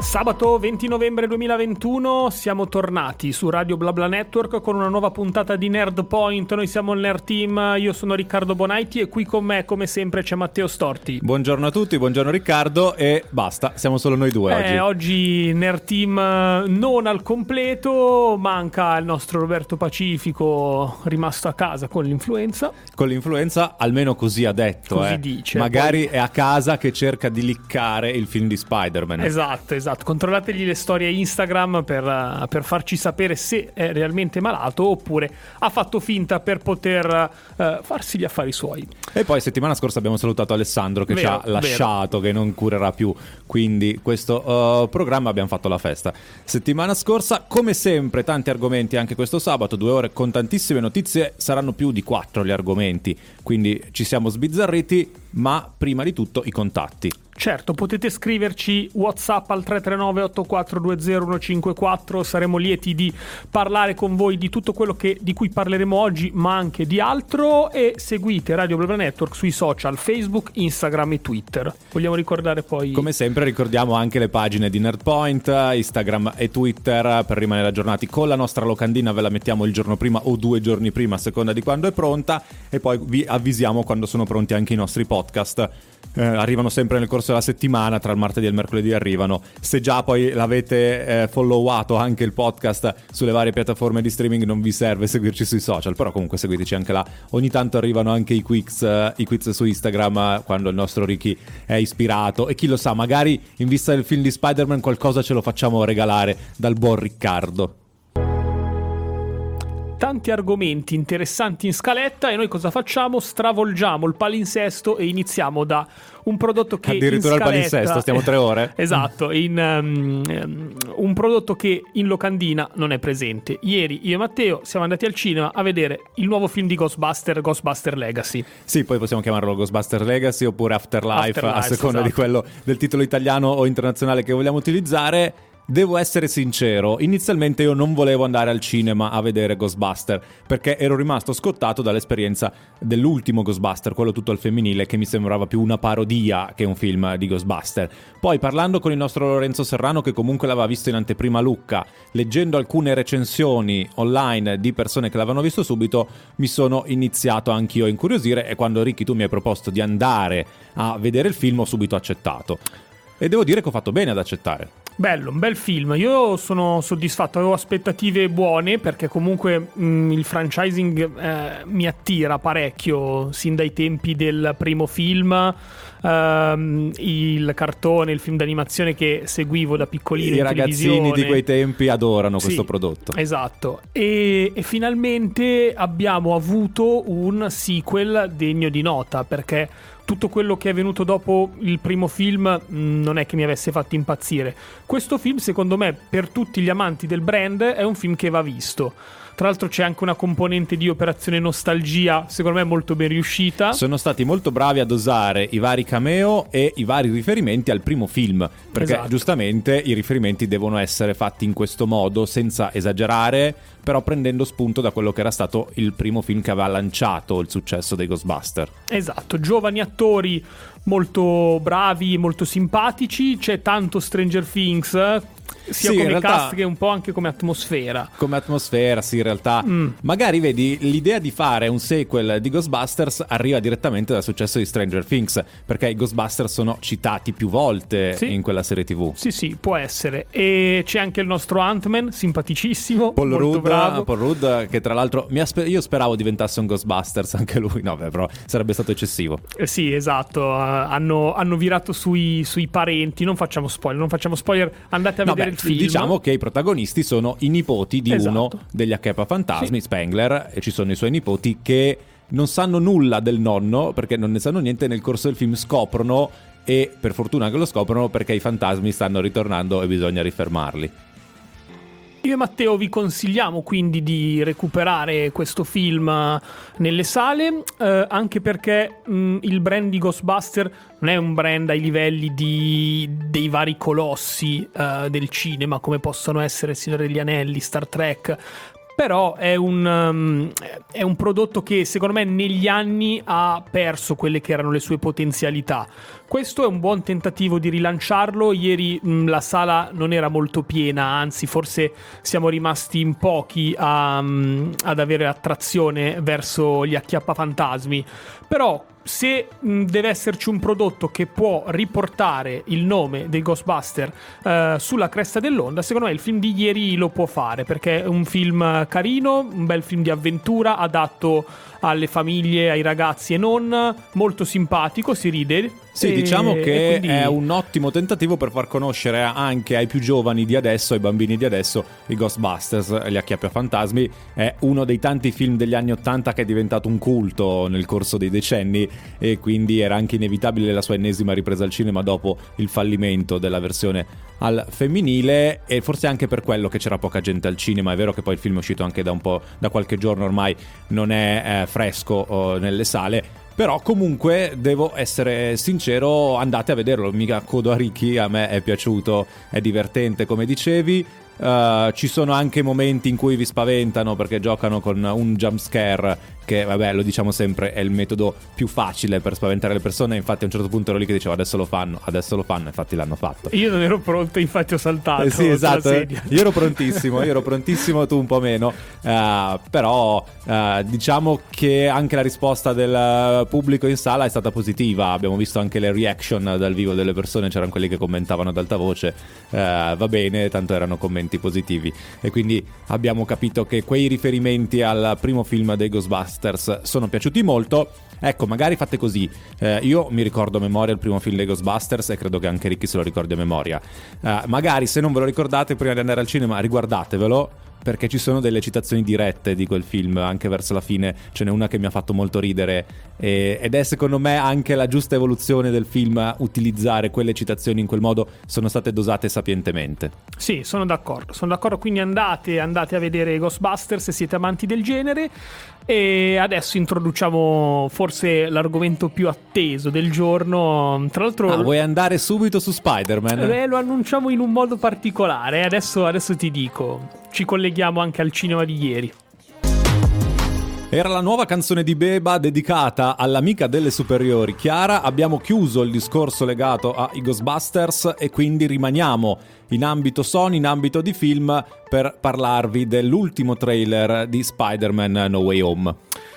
Sabato 20 novembre 2021 siamo tornati su Radio BlaBla Network con una nuova puntata di Nerd Point. Noi siamo il Nerd Team, io sono Riccardo Bonaiti e qui con me come sempre c'è Matteo Storti. Buongiorno a tutti, buongiorno Riccardo e basta, siamo solo noi due oggi. Oggi Nerd Team non al completo, manca il nostro Roberto Pacifico rimasto a casa con l'influenza. Con l'influenza, almeno così ha detto. Così dice. Magari poi è a casa che cerca di liccare il film di Spider-Man. Esatto. Controllategli le storie Instagram per farci sapere se è realmente malato oppure ha fatto finta per poter farsi gli affari suoi. E poi settimana scorsa abbiamo salutato Alessandro che ci ha lasciato, che non curerà più, quindi questo programma abbiamo fatto la festa. Settimana scorsa, come sempre, tanti argomenti anche questo sabato, 2 ore con tantissime notizie, saranno più di 4 gli argomenti, quindi ci siamo sbizzarriti, ma prima di tutto i contatti. Certo, potete scriverci WhatsApp al 339-8420-154, saremo lieti di parlare con voi di tutto quello di cui parleremo oggi, ma anche di altro, e seguite Radio BlaBla Network sui social Facebook, Instagram e Twitter. Vogliamo ricordare poi... Come sempre ricordiamo anche le pagine di Nerdpoint, Instagram e Twitter per rimanere aggiornati con la nostra locandina, ve la mettiamo il giorno prima o 2 giorni prima a seconda di quando è pronta, e poi vi avvisiamo quando sono pronti anche i nostri podcast. Arrivano sempre nel corso della settimana, tra il martedì e il mercoledì arrivano. Se già poi l'avete followato anche il podcast sulle varie piattaforme di streaming, non vi serve seguirci sui social, però comunque seguiteci anche là. Ogni tanto arrivano anche i quiz su Instagram quando il nostro Ricky è ispirato, e chi lo sa, magari in vista del film di Spider-Man qualcosa ce lo facciamo regalare dal buon Riccardo. Tanti argomenti interessanti in scaletta, e noi cosa facciamo? Stravolgiamo il palinsesto e iniziamo da un prodotto che addirittura in scaletta, il palinsesto, stiamo 3 ore. Esatto, un prodotto che in locandina non è presente. Ieri io e Matteo siamo andati al cinema a vedere il nuovo film di Ghostbuster Legacy. Sì, poi possiamo chiamarlo Ghostbuster Legacy oppure Afterlife a seconda di quello del titolo italiano o internazionale che vogliamo utilizzare. Devo essere sincero, inizialmente io non volevo andare al cinema a vedere Ghostbuster perché ero rimasto scottato dall'esperienza dell'ultimo Ghostbuster, quello tutto al femminile, che mi sembrava più una parodia che un film di Ghostbuster. Poi parlando con il nostro Lorenzo Serrano, che comunque l'aveva visto in anteprima Lucca, leggendo alcune recensioni online di persone che l'avevano visto subito, mi sono iniziato anch'io a incuriosire, e quando Ricky tu mi hai proposto di andare a vedere il film ho subito accettato. E devo dire che ho fatto bene ad accettare. Bello, un bel film. Io sono soddisfatto, avevo aspettative buone perché comunque il franchising mi attira parecchio sin dai tempi del primo film, il cartone, il film d'animazione che seguivo da piccolino in televisione. I ragazzini di quei tempi adorano questo prodotto. Esatto, e finalmente abbiamo avuto un sequel degno di nota, perché tutto quello che è venuto dopo il primo film non è che mi avesse fatto impazzire. Questo film, secondo me, per tutti gli amanti del brand, è un film che va visto. Tra l'altro c'è anche una componente di operazione nostalgia, secondo me molto ben riuscita. Sono stati molto bravi a dosare i vari cameo e i vari riferimenti al primo film, perché giustamente i riferimenti devono essere fatti in questo modo, senza esagerare, però prendendo spunto da quello che era stato il primo film che aveva lanciato il successo dei Ghostbuster. Esatto, giovani attori molto bravi, molto simpatici, c'è tanto Stranger Things, sia come cast che un po' anche come atmosfera. Come atmosfera, sì, in realtà. Magari, vedi, l'idea di fare un sequel di Ghostbusters arriva direttamente dal successo di Stranger Things, perché i Ghostbusters sono citati più volte in quella serie TV. Sì, può essere. E c'è anche il nostro Ant-Man, simpaticissimo, Paul molto bravo. Paul Rudd, che tra l'altro io speravo diventasse un Ghostbusters anche lui. No, però sarebbe stato eccessivo. Sì, esatto. Hanno virato sui parenti. Non facciamo spoiler, andate a vedere il film. Diciamo che i protagonisti sono i nipoti di uno degli Acchiappa Fantasmi, Spengler, e ci sono i suoi nipoti che non sanno nulla del nonno, perché non ne sanno niente. Nel corso del film scoprono, e per fortuna che lo scoprono, perché i fantasmi stanno ritornando e bisogna rifermarli. Io e Matteo vi consigliamo quindi di recuperare questo film nelle sale, anche perché il brand di Ghostbuster non è un brand ai livelli dei vari colossi del cinema, come possono essere Il Signore degli Anelli, Star Trek, però è un prodotto che secondo me negli anni ha perso quelle che erano le sue potenzialità. Questo è un buon tentativo di rilanciarlo. Ieri la sala non era molto piena, anzi forse siamo rimasti in pochi ad avere attrazione verso gli acchiappafantasmi, però se deve esserci un prodotto che può riportare il nome dei Ghostbuster sulla cresta dell'onda, secondo me il film di ieri lo può fare, perché è un film carino, un bel film di avventura adatto alle famiglie, ai ragazzi e non, molto simpatico, si ride. Sì, diciamo che quindi è un ottimo tentativo per far conoscere anche ai più giovani di adesso, ai bambini di adesso, i Ghostbusters, gli acchiappafantasmi. È uno dei tanti film degli anni '80 che è diventato un culto nel corso dei decenni, e quindi era anche inevitabile la sua ennesima ripresa al cinema dopo il fallimento della versione al femminile, e forse anche per quello che c'era poca gente al cinema. È vero che poi il film è uscito anche da qualche giorno ormai, non è fresco nelle sale, però comunque devo essere sincero, andate a vederlo. Mica codo a Ricky, a me è piaciuto, è divertente come dicevi. Ci sono anche momenti in cui vi spaventano perché giocano con un jump scare che, vabbè, lo diciamo sempre, è il metodo più facile per spaventare le persone. Infatti a un certo punto ero lì che dicevo adesso lo fanno, infatti l'hanno fatto. Io non ero pronto, infatti ho saltato. Sì, esatto, io ero prontissimo, tu un po' meno, però diciamo che anche la risposta del pubblico in sala è stata positiva. Abbiamo visto anche le reaction dal vivo delle persone, c'erano quelli che commentavano ad alta voce, va bene, tanto erano commenti positivi, e quindi abbiamo capito che quei riferimenti al primo film dei Ghostbusters sono piaciuti molto. Ecco, magari fate così, io mi ricordo a memoria il primo film dei Ghostbusters e credo che anche Ricky se lo ricordi a memoria. Magari se non ve lo ricordate, prima di andare al cinema riguardatevelo, perché ci sono delle citazioni dirette di quel film anche verso la fine. Ce n'è una che mi ha fatto molto ridere, ed è secondo me anche la giusta evoluzione del film utilizzare quelle citazioni in quel modo. Sono state dosate sapientemente. Sì, sono d'accordo, quindi andate a vedere Ghostbusters se siete amanti del genere. E adesso introduciamo forse l'argomento più atteso del giorno. Tra l'altro, vuoi andare subito su Spider-Man? Lo annunciamo in un modo particolare. Adesso ti dico, ci colleghiamo anche al cinema di ieri. Era la nuova canzone di Beba dedicata all'amica delle superiori, Chiara. Abbiamo chiuso il discorso legato ai Ghostbusters e quindi rimaniamo in ambito Sony, in ambito di film, per parlarvi dell'ultimo trailer di Spider-Man No Way Home.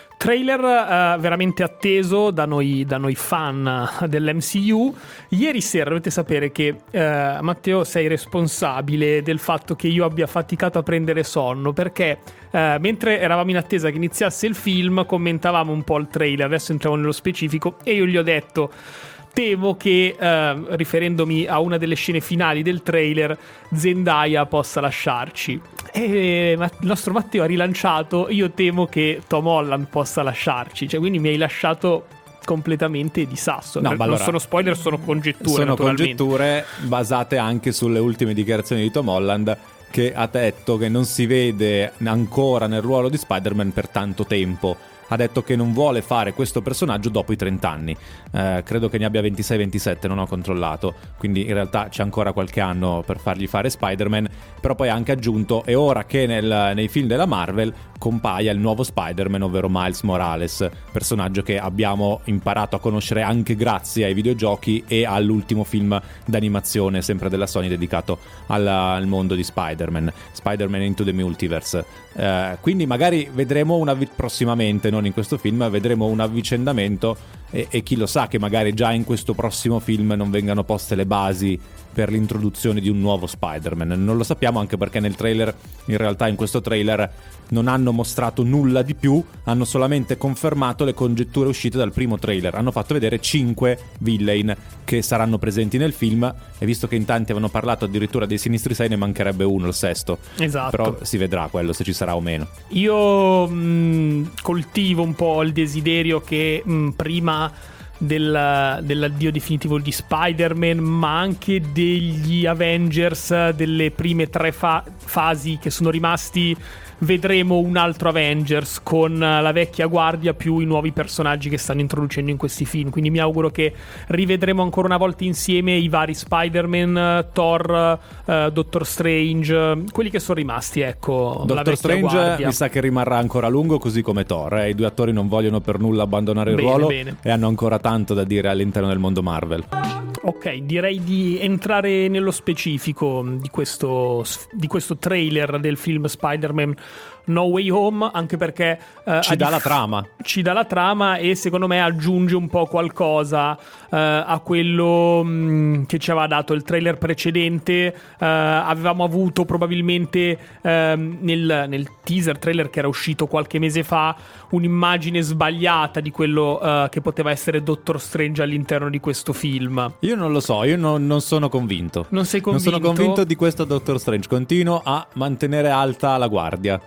Trailer veramente atteso da noi fan dell'MCU. Ieri sera dovete sapere che Matteo, sei responsabile del fatto che io abbia faticato a prendere sonno, perché mentre eravamo in attesa che iniziasse il film commentavamo un po' il trailer. Adesso entriamo nello specifico e io gli ho detto: temo che, riferendomi a una delle scene finali del trailer, Zendaya possa lasciarci. E il nostro Matteo ha rilanciato: io temo che Tom Holland possa lasciarci. Cioè, quindi mi hai lasciato completamente di sasso. No, non allora, sono spoiler, sono congetture. Sono congetture basate anche sulle ultime dichiarazioni di Tom Holland, che ha detto che non si vede ancora nel ruolo di Spider-Man per tanto tempo. Ha detto che non vuole fare questo personaggio dopo i 30 anni. Credo che ne abbia 26-27, non ho controllato, quindi in realtà c'è ancora qualche anno per fargli fare Spider-Man. Però poi ha anche aggiunto: è ora che nei film della Marvel compaia il nuovo Spider-Man, ovvero Miles Morales, personaggio che abbiamo imparato a conoscere anche grazie ai videogiochi e all'ultimo film d'animazione sempre della Sony dedicato al mondo di Spider-Man Into the Multiverse. Quindi magari vedremo prossimamente, non in questo film, vedremo un avvicendamento, e chi lo sa che magari già in questo prossimo film non vengano poste le basi per l'introduzione di un nuovo Spider-Man. Non lo sappiamo, anche perché in realtà in questo trailer non hanno mostrato nulla di più, hanno solamente confermato le congetture uscite dal primo trailer. Hanno fatto vedere 5 villain che saranno presenti nel film, e visto che in tanti avevano parlato addirittura dei Sinistri 6, ne mancherebbe uno, il sesto. Esatto. Però si vedrà quello, se ci sarà o meno. Io coltivo un po' il desiderio che prima dell'addio definitivo di Spider-Man, ma anche degli Avengers, delle prime 3 fasi che sono rimasti. Vedremo un altro Avengers con la vecchia guardia più i nuovi personaggi che stanno introducendo in questi film, quindi mi auguro che rivedremo ancora una volta insieme i vari Spider-Man, Thor, Doctor Strange, quelli che sono rimasti, ecco. Doctor Strange guardia. Mi sa che rimarrà ancora a lungo, così come Thor, i due attori non vogliono per nulla abbandonare il ruolo e hanno ancora tanto da dire all'interno del mondo Marvel. Ok, direi di entrare nello specifico di questo trailer del film Spider-Man No Way Home, anche perché ci dà la trama e secondo me aggiunge un po' qualcosa a quello che ci aveva dato il trailer precedente. Avevamo avuto probabilmente nel teaser trailer che era uscito qualche mese fa un'immagine sbagliata di quello che poteva essere Doctor Strange all'interno di questo film. Io non lo so, io non sono convinto. Non sei convinto? Non sono convinto di questo Doctor Strange, continuo a mantenere alta la guardia.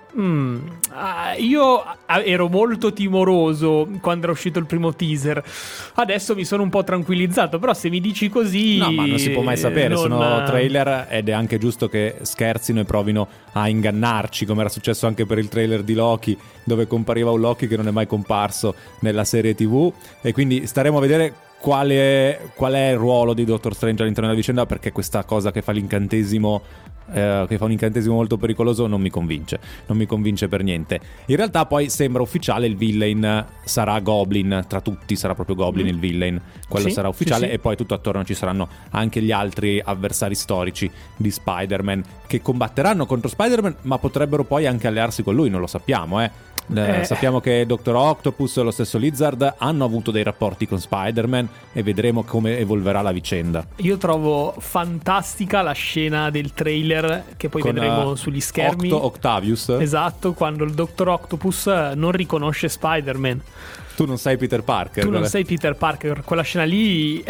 Io ero molto timoroso quando era uscito il primo teaser, adesso mi sono un po' tranquillizzato, però se mi dici così... No, ma non si può mai sapere, sono trailer ed è anche giusto che scherzino e provino a ingannarci, come era successo anche per il trailer di Loki, dove compariva un Loki che non è mai comparso nella serie TV, e quindi staremo a vedere qual è il ruolo di Doctor Strange all'interno della vicenda, perché questa cosa che fa l'incantesimo un incantesimo molto pericoloso non mi convince per niente. In realtà poi sembra ufficiale, il villain sarà Goblin, tra tutti sarà proprio Goblin il villain, quello sarà ufficiale, sì. E poi tutto attorno ci saranno anche gli altri avversari storici di Spider-Man che combatteranno contro Spider-Man, ma potrebbero poi anche allearsi con lui, non lo sappiamo, Sappiamo che Dr. Octopus e lo stesso Lizard hanno avuto dei rapporti con Spider-Man e vedremo come evolverà la vicenda. Io trovo fantastica la scena del trailer che poi vedremo sugli schermi. Octavius. Esatto, quando il Dr. Octopus non riconosce Spider-Man. Tu non sei Peter Parker. Quella scena lì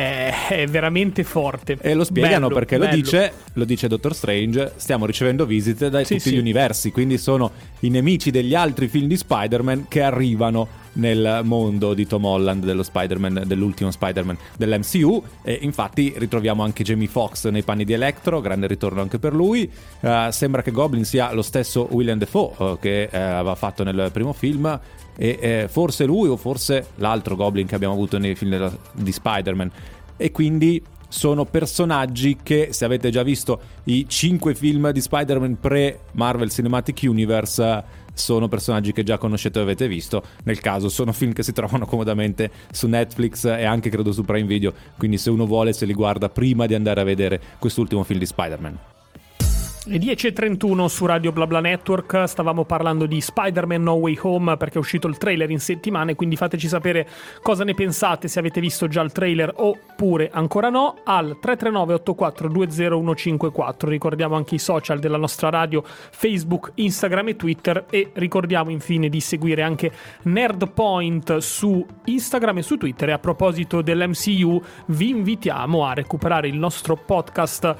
è veramente forte. E lo spiegano perché lo dice Doctor Strange, stiamo ricevendo visite da tutti gli universi, quindi sono i nemici degli altri film di Spider-Man che arrivano nel mondo di Tom Holland, dello Spider-Man, dell'ultimo Spider-Man dell'MCU, e infatti ritroviamo anche Jamie Foxx nei panni di Electro, grande ritorno anche per lui. Sembra che Goblin sia lo stesso Willem Dafoe che aveva fatto nel primo film, e forse lui o forse l'altro Goblin che abbiamo avuto nei film di Spider-Man, e quindi sono personaggi che, se avete già visto i 5 film di Spider-Man pre-Marvel Cinematic Universe, sono personaggi che già conoscete e avete visto. Nel caso sono film che si trovano comodamente su Netflix e anche credo su Prime Video, quindi se uno vuole se li guarda prima di andare a vedere quest'ultimo film di Spider-Man. Le 10:31 su Radio BlaBla Network, stavamo parlando di Spider-Man No Way Home perché è uscito il trailer in settimana, e quindi fateci sapere cosa ne pensate, se avete visto già il trailer oppure ancora no, al 339 84 20154. Ricordiamo anche i social della nostra radio, Facebook, Instagram e Twitter, e ricordiamo infine di seguire anche Nerdpoint su Instagram e su Twitter. E a proposito dell'MCU vi invitiamo a recuperare il nostro podcast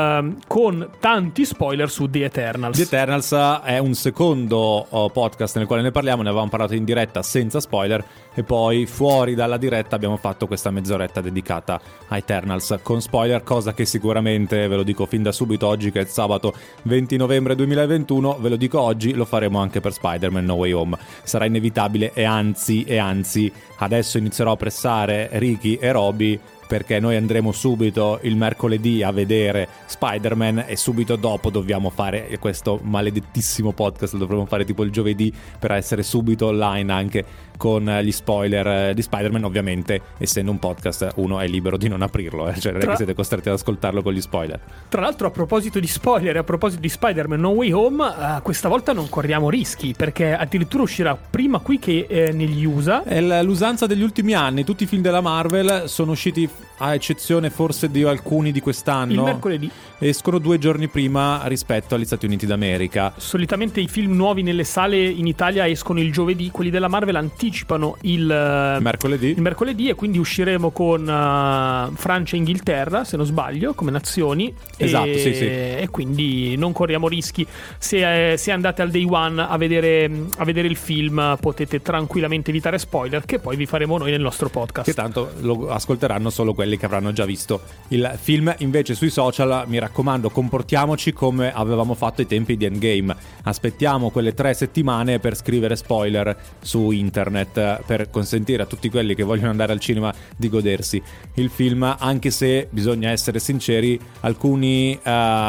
con tanti spoiler su The Eternals. The Eternals è un secondo podcast nel quale ne parliamo, ne avevamo parlato in diretta senza spoiler, e poi fuori dalla diretta abbiamo fatto questa mezz'oretta dedicata a Eternals con spoiler, cosa che sicuramente, ve lo dico fin da subito oggi che è sabato 20 novembre 2021, ve lo dico oggi, lo faremo anche per Spider-Man No Way Home. Sarà inevitabile, e anzi adesso inizierò a pressare Ricky e Roby, perché noi andremo subito il mercoledì a vedere Spider-Man e subito dopo dobbiamo fare questo maledettissimo podcast, lo dovremo fare tipo il giovedì per essere subito online anche con gli spoiler di Spider-Man. Ovviamente, essendo un podcast, uno è libero di non aprirlo, cioè non è che siete costretti ad ascoltarlo con gli spoiler. Tra l'altro, a proposito di spoiler e a proposito di Spider-Man No Way Home, questa volta non corriamo rischi, perché addirittura uscirà prima qui che negli USA. È l'usanza degli ultimi anni, tutti i film della Marvel sono usciti a eccezione forse di alcuni di quest'anno, il mercoledì escono 2 giorni prima rispetto agli Stati Uniti d'America. Solitamente i film nuovi nelle sale in Italia escono il giovedì, quelli della Marvel anticipano il mercoledì, e quindi usciremo con Francia e Inghilterra, se non sbaglio, come nazioni. Esatto, sì. E quindi non corriamo rischi. Se andate al day one a vedere il film, potete tranquillamente evitare spoiler, che poi vi faremo noi nel nostro podcast, che tanto lo ascolteranno solo quelli che avranno già visto il film. Invece sui social, mi raccomando, comportiamoci come avevamo fatto ai tempi di Endgame. Aspettiamo quelle 3 settimane per scrivere spoiler su internet, per consentire a tutti quelli che vogliono andare al cinema di godersi il film, anche se bisogna essere sinceri, alcuni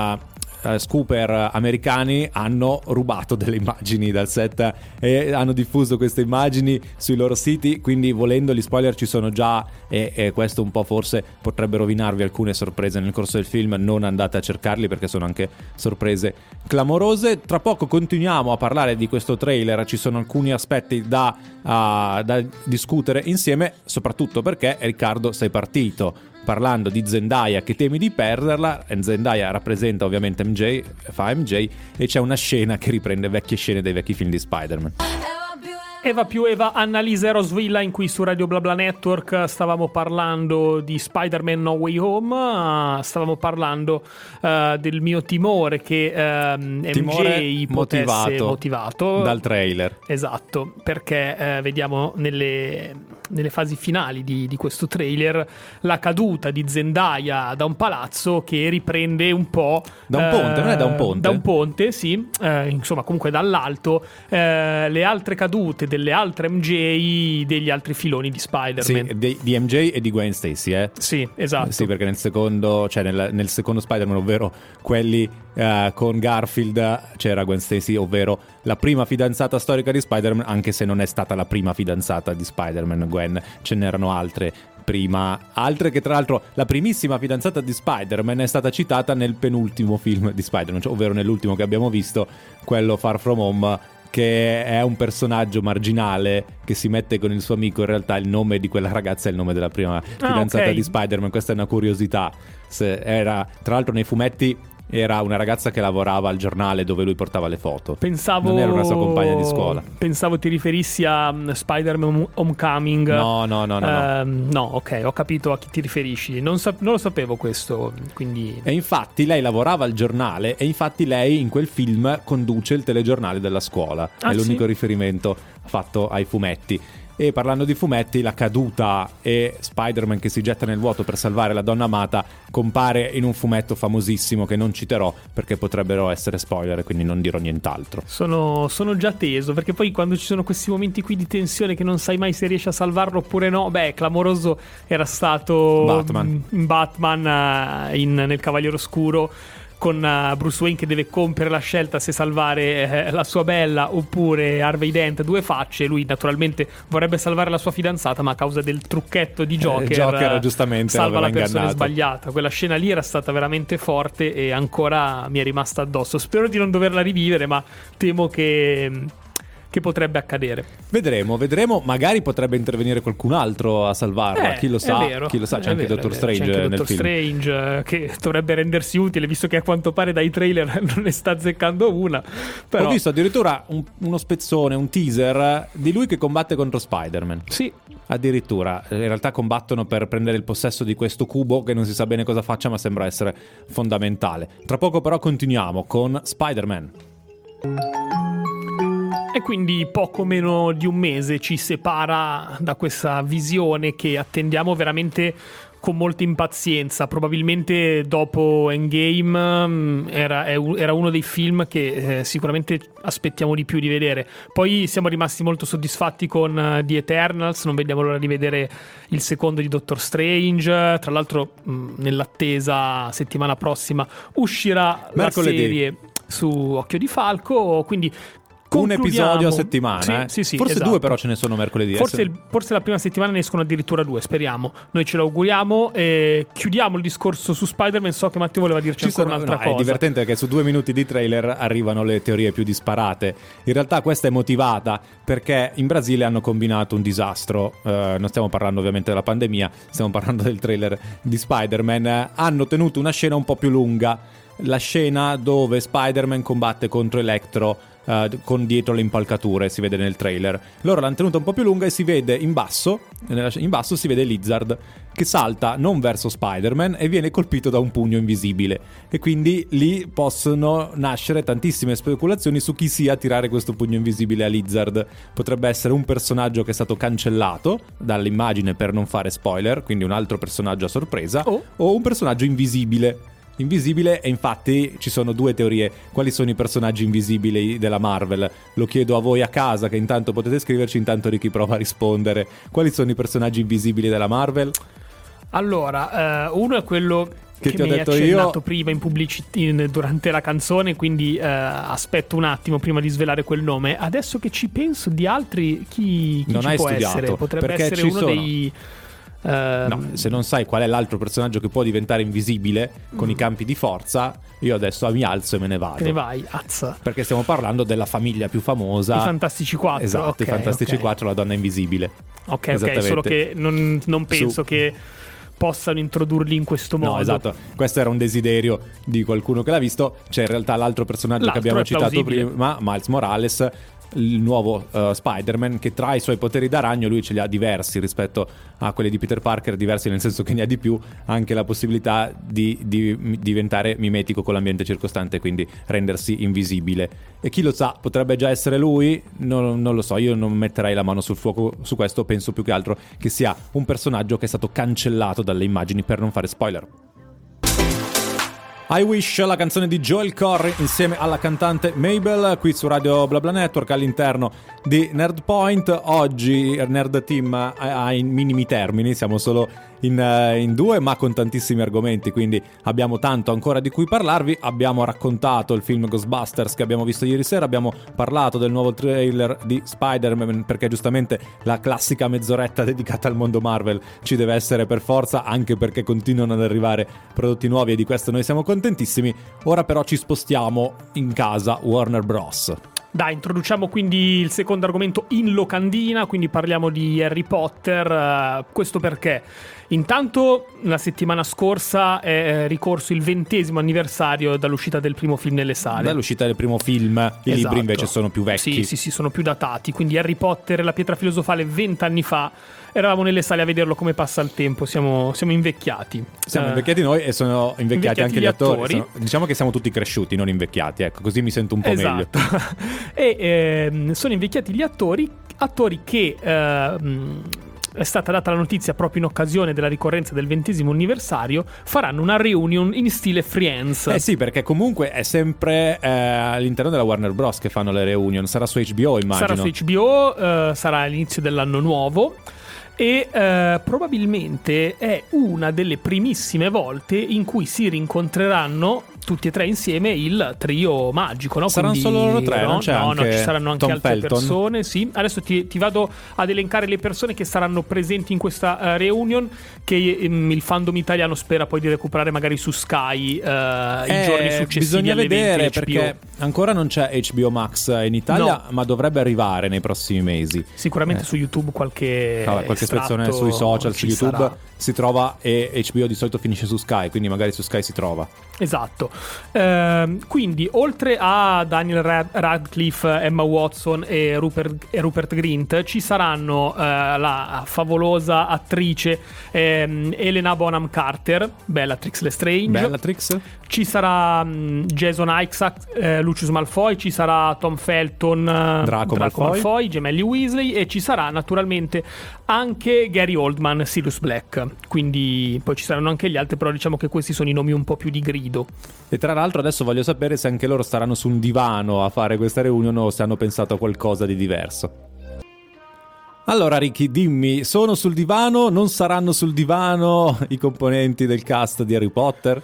scooper americani hanno rubato delle immagini dal set e hanno diffuso queste immagini sui loro siti, quindi volendo gli spoiler ci sono già, e questo un po' forse potrebbe rovinarvi alcune sorprese nel corso del film. Non andate a cercarli perché sono anche sorprese clamorose. Tra poco continuiamo a parlare di questo trailer, ci sono alcuni aspetti da discutere insieme, soprattutto perché, Riccardo, sei partito parlando di Zendaya che temi di perderla, e Zendaya rappresenta ovviamente MJ, fa MJ, e c'è una scena che riprende vecchie scene dei vecchi film di Spider-Man. Eva più Eva, Annalisa Rosvilla, in cui su Radio BlaBla Network stavamo parlando di Spider-Man No Way Home, stavamo parlando del mio timore che MJ potesse motivato dal trailer. Esatto, perché vediamo nelle fasi finali di questo trailer la caduta di Zendaya da un palazzo che riprende un po' da un ponte, non è da un ponte? Da un ponte, sì, insomma comunque dall'alto, le altre cadute delle altre MJ degli altri filoni di Spider-Man. Sì, di MJ e di Gwen Stacy, Sì, esatto. Sì, perché nel secondo Spider-Man, ovvero quelli con Garfield, c'era Gwen Stacy, ovvero la prima fidanzata storica di Spider-Man, anche se non è stata la prima fidanzata di Spider-Man, Gwen, ce n'erano altre che tra l'altro la primissima fidanzata di Spider-Man è stata citata nel penultimo film di Spider-Man, ovvero nell'ultimo che abbiamo visto, quello Far From Home, che è un personaggio marginale che si mette con il suo amico. In realtà il nome di quella ragazza è il nome della prima fidanzata di Spider-Man. Questa è una curiosità. Tra l'altro nei fumetti era una ragazza che lavorava al giornale dove lui portava le foto. Non era una sua compagna di scuola. Pensavo ti riferissi a Spider-Man Homecoming. No. No, ok, ho capito a chi ti riferisci. Non lo sapevo questo, quindi. E infatti lei lavorava al giornale, e infatti lei in quel film conduce il telegiornale della scuola. È l'unico riferimento fatto ai fumetti. E parlando di fumetti, la caduta e Spider-Man che si getta nel vuoto per salvare la donna amata compare in un fumetto famosissimo che non citerò perché potrebbero essere spoiler, quindi non dirò nient'altro. Sono già teso, perché poi quando ci sono questi momenti qui di tensione che non sai mai se riesci a salvarlo oppure no, clamoroso era stato Batman nel Cavaliere Oscuro, con Bruce Wayne che deve compiere la scelta se salvare la sua bella oppure Harvey Dent, due facce. Lui naturalmente vorrebbe salvare la sua fidanzata, ma a causa del trucchetto di Joker giustamente salva la persona ingannato. Sbagliata. Quella scena lì era stata veramente forte e ancora mi è rimasta addosso. Spero di non doverla rivivere, ma temo che potrebbe accadere. Vedremo, magari potrebbe intervenire qualcun altro a salvarla, chi lo sa, c'è anche Doctor Strange nel film. Doctor Strange che dovrebbe rendersi utile, visto che a quanto pare dai trailer non ne sta azzeccando una. Però... Ho visto addirittura uno spezzone, un teaser di lui che combatte contro Spider-Man. Sì. Addirittura, in realtà combattono per prendere il possesso di questo cubo che non si sa bene cosa faccia, ma sembra essere fondamentale. Tra poco però continuiamo con Spider-Man. E quindi poco meno di un mese ci separa da questa visione che attendiamo veramente con molta impazienza. Probabilmente dopo Endgame era uno dei film che sicuramente aspettiamo di più di vedere. Poi siamo rimasti molto soddisfatti con The Eternals, non vediamo l'ora di vedere il secondo di Doctor Strange. Tra l'altro nell'attesa settimana prossima uscirà mercoledì la serie su Occhio di Falco, quindi un episodio a settimana. Sì, forse esatto. 2 però ce ne sono mercoledì. Forse la prima settimana ne escono addirittura 2, speriamo. Noi ce l'auguriamo e chiudiamo il discorso su Spider-Man. So che Matteo voleva dirci ancora un'altra cosa. È divertente che su 2 minuti di trailer arrivano le teorie più disparate. In realtà questa è motivata perché in Brasile hanno combinato un disastro. Non stiamo parlando ovviamente della pandemia, stiamo parlando del trailer di Spider-Man. Hanno tenuto una scena un po' più lunga, la scena dove Spider-Man combatte contro Electro con dietro le impalcature, si vede nel trailer. Loro l'hanno tenuta un po' più lunga e si vede in basso si vede Lizard che salta non verso Spider-Man e viene colpito da un pugno invisibile, e quindi lì possono nascere tantissime speculazioni su chi sia a tirare questo pugno invisibile a Lizard. Potrebbe essere un personaggio che è stato cancellato dall'immagine per non fare spoiler, quindi un altro personaggio a sorpresa, o un personaggio invisibile, e infatti ci sono 2 teorie. Quali sono i personaggi invisibili della Marvel? Lo chiedo a voi a casa, che intanto potete scriverci, intanto Ricky prova a rispondere. Quali sono i personaggi invisibili della Marvel? Allora, uno è quello che ti ho mi hai detto accennato io prima in pubblicità durante la canzone, quindi aspetto un attimo prima di svelare quel nome. Adesso che ci penso, di altri chi non ci hai può studiato, essere? Potrebbe perché essere ci uno sono. dei... No, se non sai qual è l'altro personaggio che può diventare invisibile con i campi di forza, io adesso mi alzo e me ne vado. Te ne vai, azza. Perché stiamo parlando della famiglia più famosa, I Fantastici 4. Esatto, okay, i Fantastici okay. 4, la donna invisibile. Ok, solo che non penso che possano introdurli in questo modo. No, esatto, questo era un desiderio di qualcuno che l'ha visto. C'è in realtà l'altro personaggio che abbiamo citato prima, Miles Morales, il nuovo Spider-Man, che tra i suoi poteri da ragno lui ce li ha diversi rispetto a quelli di Peter Parker, diversi nel senso che ne ha di più anche la possibilità di diventare mimetico con l'ambiente circostante, quindi rendersi invisibile. E chi lo sa, potrebbe già essere lui, non lo so, io non metterei la mano sul fuoco su questo. Penso più che altro che sia un personaggio che è stato cancellato dalle immagini per non fare spoiler. I Wish, la canzone di Joel Corry insieme alla cantante Mabel, qui su Radio BlaBla Network all'interno di Nerd Point. Oggi Nerd Team ha in minimi termini, siamo solo in 2 ma con tantissimi argomenti, quindi abbiamo tanto ancora di cui parlarvi. Abbiamo raccontato il film Ghostbusters che abbiamo visto ieri sera, abbiamo parlato del nuovo trailer di Spider-Man, perché giustamente la classica mezz'oretta dedicata al mondo Marvel ci deve essere per forza, anche perché continuano ad arrivare prodotti nuovi e di questo noi siamo contentissimi. Ora però ci spostiamo in casa Warner Bros. Dai, introduciamo quindi il secondo argomento in locandina, quindi parliamo di Harry Potter. Questo perché intanto la settimana scorsa è ricorso il 20° anniversario dall'uscita del primo film nelle sale. Dall'uscita del primo film, i libri invece sono più vecchi. Sì, sono più datati, quindi Harry Potter e la pietra filosofale 20 anni fa. Eravamo nelle sale a vederlo, come passa il tempo, siamo invecchiati. Siamo invecchiati noi e sono invecchiati anche gli attori. Diciamo che siamo tutti cresciuti, non invecchiati, ecco, così mi sento un po' meglio. E sono invecchiati gli attori che è stata data la notizia proprio in occasione della ricorrenza del 20° anniversario, faranno una reunion in stile Friends. Sì, perché comunque è sempre all'interno della Warner Bros. Che fanno le reunion. Sarà su HBO, immagino. Sarà su HBO, sarà all'inizio dell'anno nuovo. E probabilmente è una delle primissime volte in cui si rincontreranno tutti e tre insieme il trio magico, no? Saranno solo loro tre, non c'è no, anche ci saranno anche Tom altre Felton. persone, sì. Adesso ti vado ad elencare le persone che saranno presenti in questa reunion, che il fandom italiano spera poi di recuperare magari su Sky i giorni successivi. Bisogna vedere, HBO. perché ancora non c'è HBO Max in Italia, ma dovrebbe arrivare nei prossimi mesi. Sicuramente su YouTube qualche spezzone sui social, su YouTube sarà. Si trova, e HBO di solito finisce su Sky, quindi magari su Sky si trova. Esatto. Quindi oltre a Daniel Radcliffe, Emma Watson e Rupert Grint, ci saranno la favolosa attrice Helena Bonham Carter, Bellatrix Lestrange. Ci sarà Jason Isaacs, Lucius Malfoy, ci sarà Tom Felton, Draco Malfoy, gemelli Weasley, e ci sarà naturalmente anche Gary Oldman, Sirius Black. Quindi poi ci saranno anche gli altri, però diciamo che questi sono i nomi un po' più di grido. E tra l'altro adesso voglio sapere se anche loro staranno su un divano a fare questa reunion o se hanno pensato a qualcosa di diverso. Allora Ricky, dimmi, sono sul divano? Non saranno sul divano i componenti del cast di Harry Potter?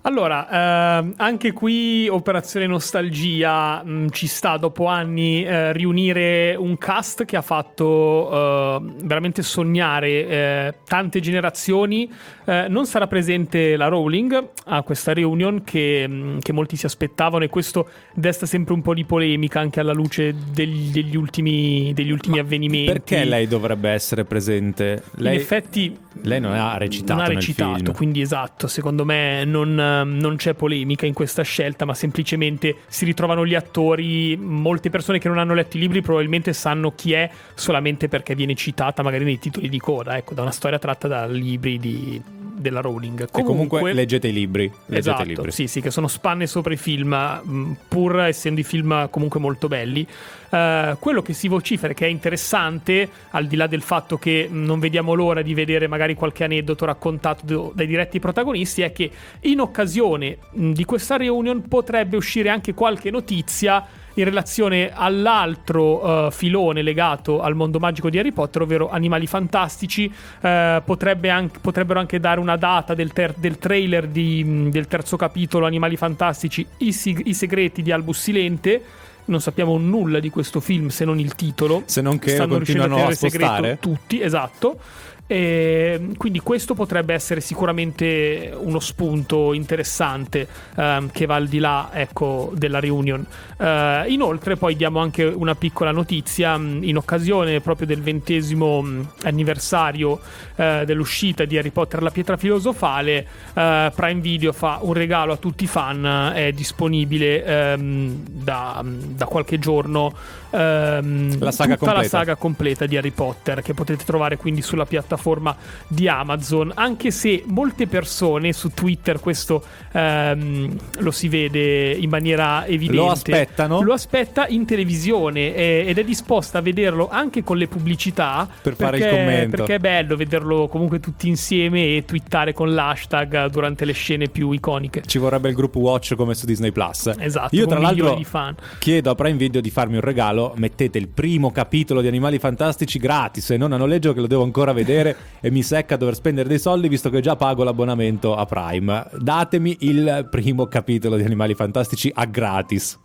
Allora, anche qui Operazione Nostalgia ci sta dopo anni riunire un cast che ha fatto veramente sognare tante generazioni. Non sarà presente la Rowling a questa reunion che molti si aspettavano, e questo desta sempre un po' di polemica anche alla luce degli ultimi avvenimenti. Perché lei dovrebbe essere presente? In effetti lei non ha recitato nel film. Quindi esatto, secondo me non c'è polemica in questa scelta, ma semplicemente si ritrovano gli attori. Molte persone che non hanno letto i libri probabilmente sanno chi è solamente perché viene citata magari nei titoli di coda, ecco, da una storia tratta da libri della Rowling. Comunque leggete i libri. Esatto, i libri. Sì, che sono spanne sopra i film, pur essendo i film comunque molto belli. Quello che si vocifera, che è interessante, al di là del fatto che non vediamo l'ora di vedere magari qualche aneddoto raccontato dai diretti protagonisti, è che in occasione di questa reunion potrebbe uscire anche qualche notizia in relazione all'altro filone legato al mondo magico di Harry Potter, ovvero Animali Fantastici. Potrebbero anche dare una data del trailer del terzo capitolo Animali Fantastici, i segreti di Albus Silente. Non sappiamo nulla di questo film se non il titolo, se non che continuano a spostare tutti, esatto. E quindi questo potrebbe essere sicuramente uno spunto interessante che va al di là, ecco, della reunion. Inoltre poi diamo anche una piccola notizia in occasione proprio del 20° anniversario dell'uscita di Harry Potter la pietra filosofale. Prime Video fa un regalo a tutti i fan, è disponibile da qualche giorno la saga completa di Harry Potter, che potete trovare quindi sulla piattaforma di Amazon, anche se molte persone su Twitter, questo lo si vede in maniera evidente, lo aspetta in televisione ed è disposta a vederlo anche con le pubblicità per fare il commento, perché è bello vederlo comunque tutti insieme e twittare con l'hashtag durante le scene più iconiche. Ci vorrebbe il gruppo Watch come su Disney Plus. Esatto. Io tra l'altro di fan. chiedo a Prime Video di farmi un regalo: mettete il primo capitolo di Animali Fantastici gratis e non a noleggio, che lo devo ancora vedere e mi secca dover spendere dei soldi visto che già pago l'abbonamento a Prime. Datemi il primo capitolo di Animali Fantastici a gratis.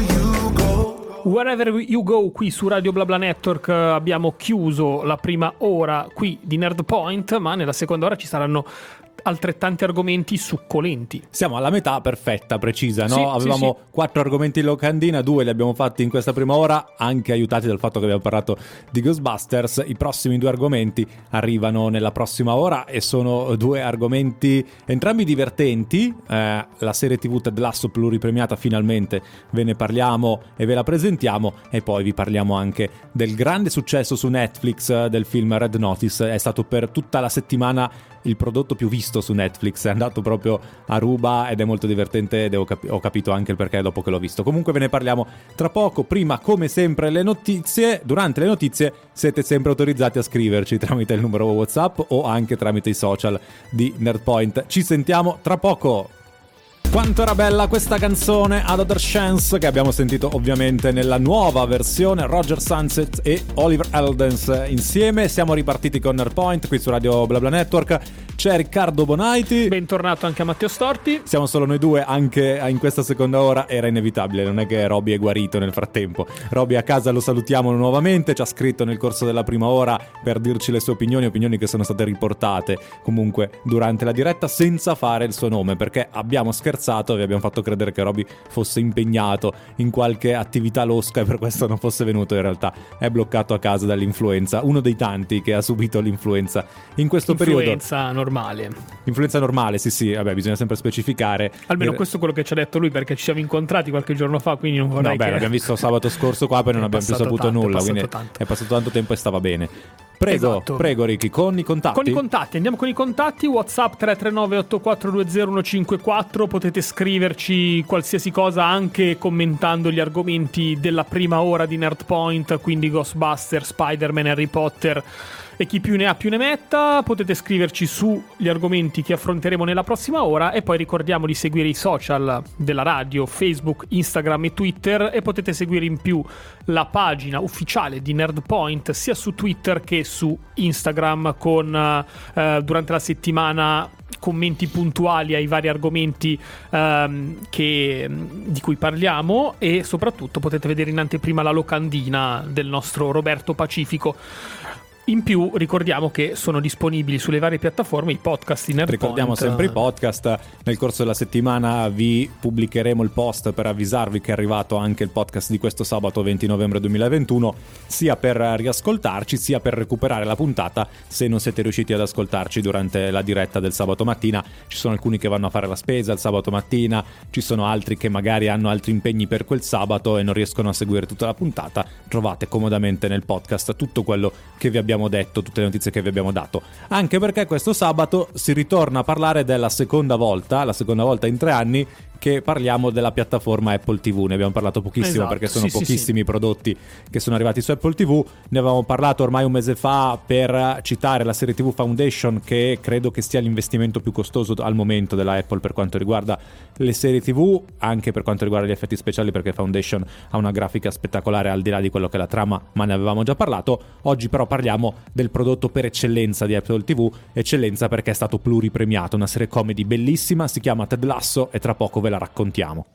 Wherever You Go, qui su Radio BlaBla Network abbiamo chiuso la prima ora qui di Nerd Point, ma nella seconda ora ci saranno altrettanti argomenti succolenti. Siamo alla metà perfetta, precisa, no? Sì, Avevamo 4 argomenti in locandina, 2 li abbiamo fatti in questa prima ora, anche aiutati dal fatto che abbiamo parlato di Ghostbusters. I prossimi 2 argomenti arrivano nella prossima ora e sono 2 argomenti entrambi divertenti. La serie TV Ted Lasso pluripremiata finalmente ve ne parliamo e ve la presentiamo, e poi vi parliamo anche del grande successo su Netflix del film Red Notice. È stato per tutta la settimana il prodotto più visto su Netflix, è andato proprio a ruba ed è molto divertente ed ho capito anche il perché dopo che l'ho visto. Comunque ve ne parliamo tra poco. Prima, come sempre, le notizie. Durante le notizie siete sempre autorizzati a scriverci tramite il numero WhatsApp o anche tramite i social di Nerdpoint. Ci sentiamo tra poco. Quanto era bella questa canzone Another Chance, che abbiamo sentito ovviamente nella nuova versione. Roger Sunset e Oliver Eldens insieme. Siamo ripartiti con Nerdpoint qui su Radio BlaBla Network. C'è Riccardo Bonaiti. Bentornato anche a Matteo Storti. Siamo solo noi due anche in questa seconda ora. Era inevitabile, non è che Roby è guarito nel frattempo. Roby a casa lo salutiamo nuovamente. Ci ha scritto nel corso della prima ora per dirci le sue opinioni che sono state riportate comunque durante la diretta senza fare il suo nome, perché abbiamo scherzato e vi abbiamo fatto credere che Roby fosse impegnato in qualche attività losca e per questo non fosse venuto. In realtà è bloccato a casa dall'influenza, uno dei tanti che ha subito l'influenza in questo periodo. Influenza normale, sì, vabbè, bisogna sempre specificare. Almeno questo è quello che ci ha detto lui, perché ci siamo incontrati qualche giorno fa, quindi non vorrei l'abbiamo visto sabato scorso qua, poi non abbiamo più saputo nulla, quindi è passato tanto tempo e stava bene. Prego, Ricky, con i contatti. Andiamo con i contatti. WhatsApp 339-8420-154. Potete scriverci qualsiasi cosa, anche commentando gli argomenti della prima ora di Nerdpoint, quindi Ghostbusters, Spider-Man, Harry Potter e chi più ne ha più ne metta. Potete scriverci sugli argomenti che affronteremo nella prossima ora, e poi ricordiamo di seguire i social della radio, Facebook, Instagram e Twitter, e potete seguire in più la pagina ufficiale di Nerdpoint sia su Twitter che su Instagram, con durante la settimana commenti puntuali ai vari argomenti di cui parliamo, e soprattutto potete vedere in anteprima la locandina del nostro Roberto Pacifico. In più ricordiamo che sono disponibili sulle varie piattaforme i podcast di Nerdpoint. Ricordiamo sempre i podcast. Nel corso della settimana vi pubblicheremo il post per avvisarvi che è arrivato anche il podcast di questo sabato 20 novembre 2021, sia per riascoltarci sia per recuperare la puntata se non siete riusciti ad ascoltarci durante la diretta del sabato mattina. Ci sono alcuni che vanno a fare la spesa il sabato mattina, ci sono altri che magari hanno altri impegni per quel sabato e non riescono a seguire tutta la puntata. Trovate comodamente nel podcast tutto quello che vi abbiamo detto, tutte le notizie che vi abbiamo dato, anche perché questo sabato si ritorna a parlare della seconda volta in 3 anni che parliamo della piattaforma Apple TV. Ne abbiamo parlato pochissimo, esatto, perché sono pochissimi i prodotti che sono arrivati su Apple TV. Ne avevamo parlato ormai un mese fa per citare la serie TV Foundation, che credo che sia l'investimento più costoso al momento della Apple per quanto riguarda le serie TV, anche per quanto riguarda gli effetti speciali, perché Foundation ha una grafica spettacolare al di là di quello che è la trama, ma ne avevamo già parlato. Oggi però parliamo del prodotto per eccellenza di Apple TV, eccellenza perché è stato pluripremiato, una serie comedy bellissima, si chiama Ted Lasso e tra poco ve la raccontiamo.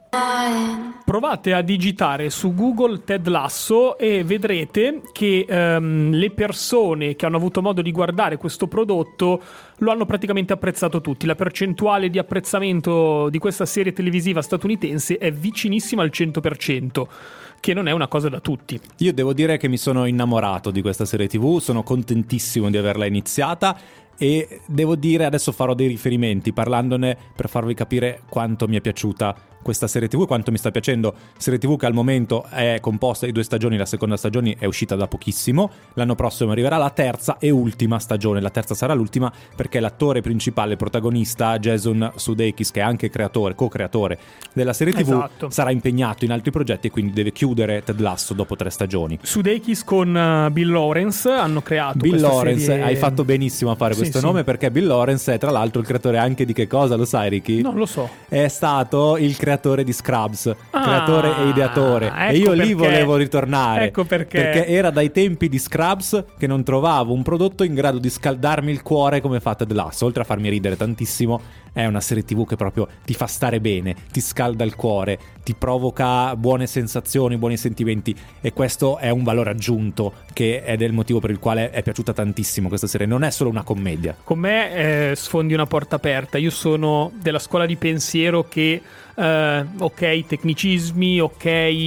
Provate a digitare su Google Ted Lasso e vedrete che le persone che hanno avuto modo di guardare questo prodotto lo hanno praticamente apprezzato tutti. La percentuale di apprezzamento di questa serie televisiva statunitense è vicinissima al 100%, che non è una cosa da tutti. Io devo dire che mi sono innamorato di questa serie TV, sono contentissimo di averla iniziata e devo dire, adesso farò dei riferimenti parlandone per farvi capire quanto mi è piaciuta questa serie TV e quanto mi sta piacendo. Serie TV che al momento è composta di 2 stagioni, la seconda stagione è uscita da pochissimo, l'anno prossimo arriverà la terza e ultima stagione. La terza sarà l'ultima perché l'attore principale, protagonista, Jason Sudeikis, che è anche co-creatore della serie TV, esatto, sarà impegnato in altri progetti e quindi deve chiudere Ted Lasso dopo 3 stagioni. Sudeikis con Bill Lawrence hanno creato Bill questa Lawrence, serie. Hai fatto benissimo a fare questo nome, perché Bill Lawrence è tra l'altro il creatore anche di che cosa, lo sai Ricky? Non lo so. È stato il creatore di Scrubs, creatore e ideatore, ecco, e io lì volevo ritornare, ecco perché era dai tempi di Scrubs che non trovavo un prodotto in grado di scaldarmi il cuore come fa Ted Lasso. Oltre a farmi ridere tantissimo, è una serie TV che proprio ti fa stare bene, ti scalda il cuore, ti provoca buone sensazioni, buoni sentimenti, e questo è un valore aggiunto che è del motivo per il quale è piaciuta tantissimo questa serie. Non è solo una commedia. Con me sfondi una porta aperta. Io sono della scuola di pensiero che ok, tecnicismi, ok,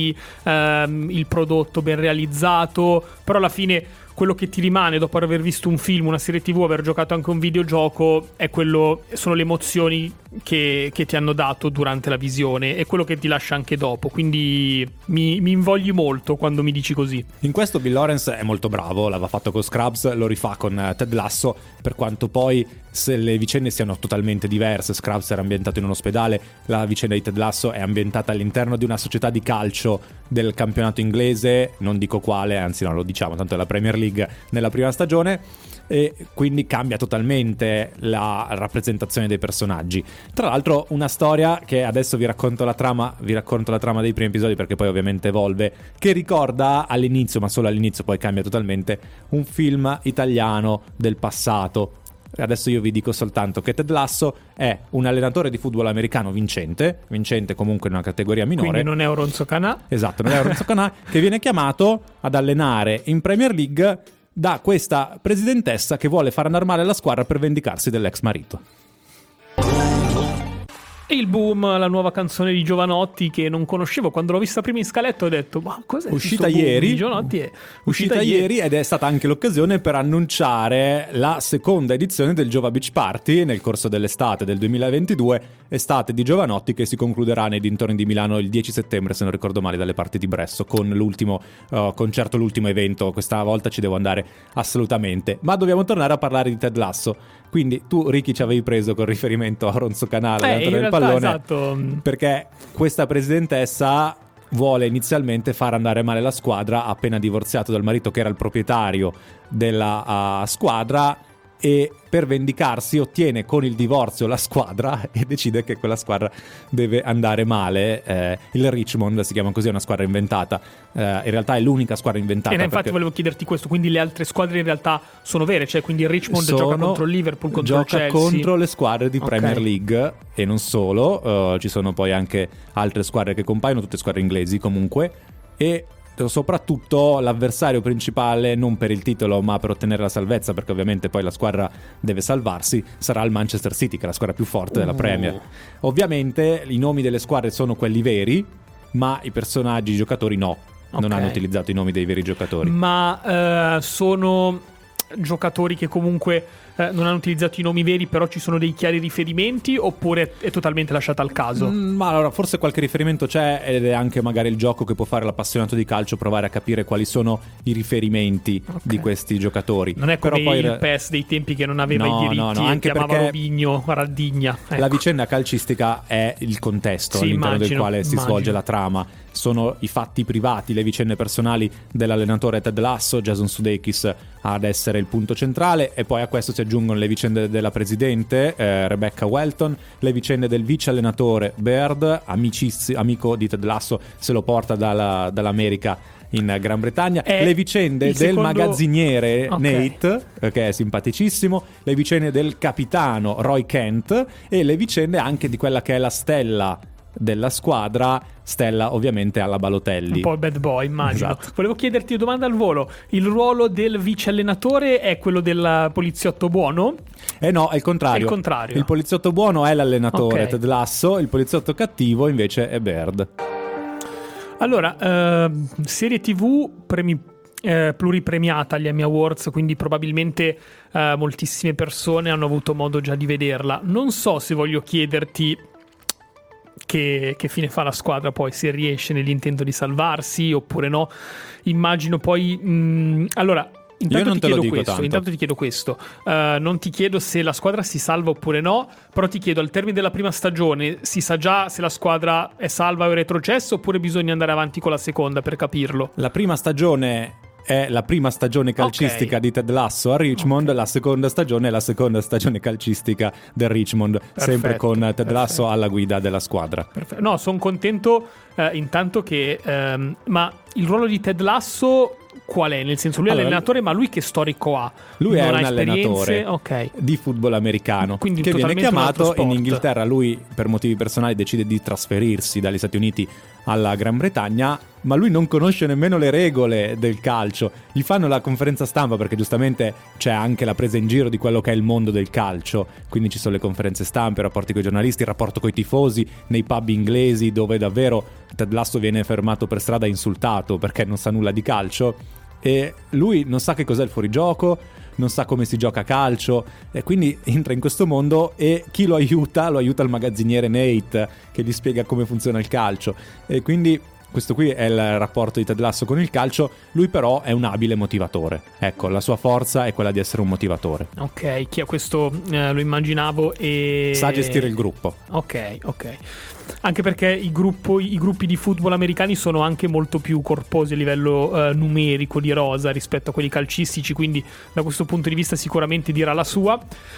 il prodotto ben realizzato, però alla fine quello che ti rimane dopo aver visto un film, una serie TV, aver giocato anche un videogioco, sono le emozioni che ti hanno dato durante la visione e quello che ti lascia anche dopo. Quindi mi invogli molto quando mi dici così. In questo Bill Lawrence è molto bravo, l'aveva fatto con Scrubs, lo rifà con Ted Lasso, per quanto poi se le vicende siano totalmente diverse. Scrubs era ambientato in un ospedale, la vicenda di Ted Lasso è ambientata all'interno di una società di calcio del campionato inglese, non dico quale, anzi no, lo diciamo, tanto è la Premier League nella prima stagione, e quindi cambia totalmente la rappresentazione dei personaggi. Tra l'altro una storia che adesso vi racconto la trama dei primi episodi, perché poi ovviamente evolve, che ricorda all'inizio, ma solo all'inizio, poi cambia totalmente, un film italiano del passato. Adesso io vi dico soltanto che Ted Lasso è un allenatore di football americano vincente comunque in una categoria minore. Quindi non è Oronzo Canà. Esatto, non è Oronzo Canà, che viene chiamato ad allenare in Premier League da questa presidentessa che vuole far andare male la squadra per vendicarsi dell'ex marito. E il boom, la nuova canzone di Jovanotti che non conoscevo. Quando l'ho vista prima in scaletta ho detto ma cos'è? Uscita ieri, uscita ieri ed è stata anche l'occasione per annunciare la seconda edizione del Jova Beach Party nel corso dell'estate del 2022, estate di Jovanotti, che si concluderà nei dintorni di Milano il 10 settembre, se non ricordo male, dalle parti di Bresso, con l'ultimo concerto, l'ultimo evento. Questa volta ci devo andare assolutamente, ma dobbiamo tornare a parlare di Ted Lasso. Quindi tu, Ricky, ci avevi preso con riferimento a Oronzo Canale, del pallone, esatto, perché questa presidentessa vuole inizialmente far andare male la squadra, appena divorziato dal marito che era il proprietario della squadra, e per vendicarsi ottiene con il divorzio la squadra e decide che quella squadra deve andare male. Il Richmond si chiama così, è una squadra inventata, in realtà è l'unica squadra inventata. E infatti volevo chiederti questo, quindi le altre squadre in realtà sono vere, cioè quindi il Richmond gioca contro il Liverpool, contro il Chelsea, gioca contro le squadre di Premier League, e non solo, ci sono poi anche altre squadre che compaiono, tutte squadre inglesi comunque, e soprattutto l'avversario principale, non per il titolo ma per ottenere la salvezza, perché ovviamente poi la squadra deve salvarsi, sarà il Manchester City, che è la squadra più forte della Premier. Ovviamente i nomi delle squadre sono quelli veri, ma i personaggi, i giocatori no, non hanno utilizzato i nomi dei veri giocatori. Ma sono giocatori che comunque non hanno utilizzato i nomi veri, però ci sono dei chiari riferimenti, oppure è totalmente lasciata al caso? Ma allora, forse qualche riferimento c'è, ed è anche magari il gioco che può fare l'appassionato di calcio, provare a capire quali sono i riferimenti di questi giocatori. Non è come però poi il PES dei tempi che non aveva i diritti, anche chiamava Robinho, Raddigna. La vicenda calcistica è il contesto all'interno del quale si svolge la trama. Sono i fatti privati, le vicende personali dell'allenatore Ted Lasso, Jason Sudeikis ad essere il punto centrale, e poi a questo si aggiungono le vicende della presidente Rebecca Welton, le vicende del vice allenatore Baird, amico di Ted Lasso, se lo porta dall'America in Gran Bretagna, le vicende del magazziniere Nate, che è simpaticissimo, le vicende del capitano Roy Kent, e le vicende anche di quella che è la stella della squadra, Stella ovviamente alla Balotelli, un po' bad boy, immagino. Esatto. Volevo chiederti una domanda al volo: il ruolo del vice allenatore è quello del poliziotto buono? No, è il contrario. Il poliziotto buono è l'allenatore Ted Lasso, il poliziotto cattivo invece è Baird. Allora, serie TV pluripremiata agli Emmy Awards, quindi probabilmente moltissime persone hanno avuto modo già di vederla. Non so se voglio chiederti che fine fa la squadra poi, se riesce nell'intento di salvarsi oppure no. Immagino poi allora intanto ti chiedo questo, non ti chiedo se la squadra si salva oppure no, però ti chiedo: al termine della prima stagione si sa già se la squadra è salva o è retrocesso, oppure bisogna andare avanti con la seconda per capirlo? La prima stagione è la prima stagione calcistica di Ted Lasso a Richmond, la seconda stagione è la seconda stagione calcistica del Richmond, sempre con Ted Lasso alla guida della squadra. No, sono contento intanto che ma il ruolo di Ted Lasso qual è? Nel senso, lui è allenatore, ma lui che storico ha? Lui è un allenatore di football americano, quindi che viene chiamato in Inghilterra. Lui per motivi personali decide di trasferirsi dagli Stati Uniti alla Gran Bretagna, ma lui non conosce nemmeno le regole del calcio. Gli fanno la conferenza stampa, perché giustamente c'è anche la presa in giro di quello che è il mondo del calcio, quindi ci sono le conferenze stampe, i rapporti con i giornalisti, il rapporto con i tifosi nei pub inglesi, dove davvero Ted Lasso viene fermato per strada e insultato perché non sa nulla di calcio, e lui non sa che cos'è il fuorigioco, non sa come si gioca a calcio, e quindi entra in questo mondo, e chi lo aiuta il magazziniere Nate, che gli spiega come funziona il calcio. E quindi questo qui è il rapporto di Ted Lasso con il calcio. Lui però è un abile motivatore, ecco, la sua forza è quella di essere un motivatore. Ok, chi ha questo lo immaginavo, e sa gestire il gruppo. Ok. Anche perché i gruppi di football americani sono anche molto più corposi a livello numerico, di rosa, rispetto a quelli calcistici, quindi da questo punto di vista sicuramente dirà la sua.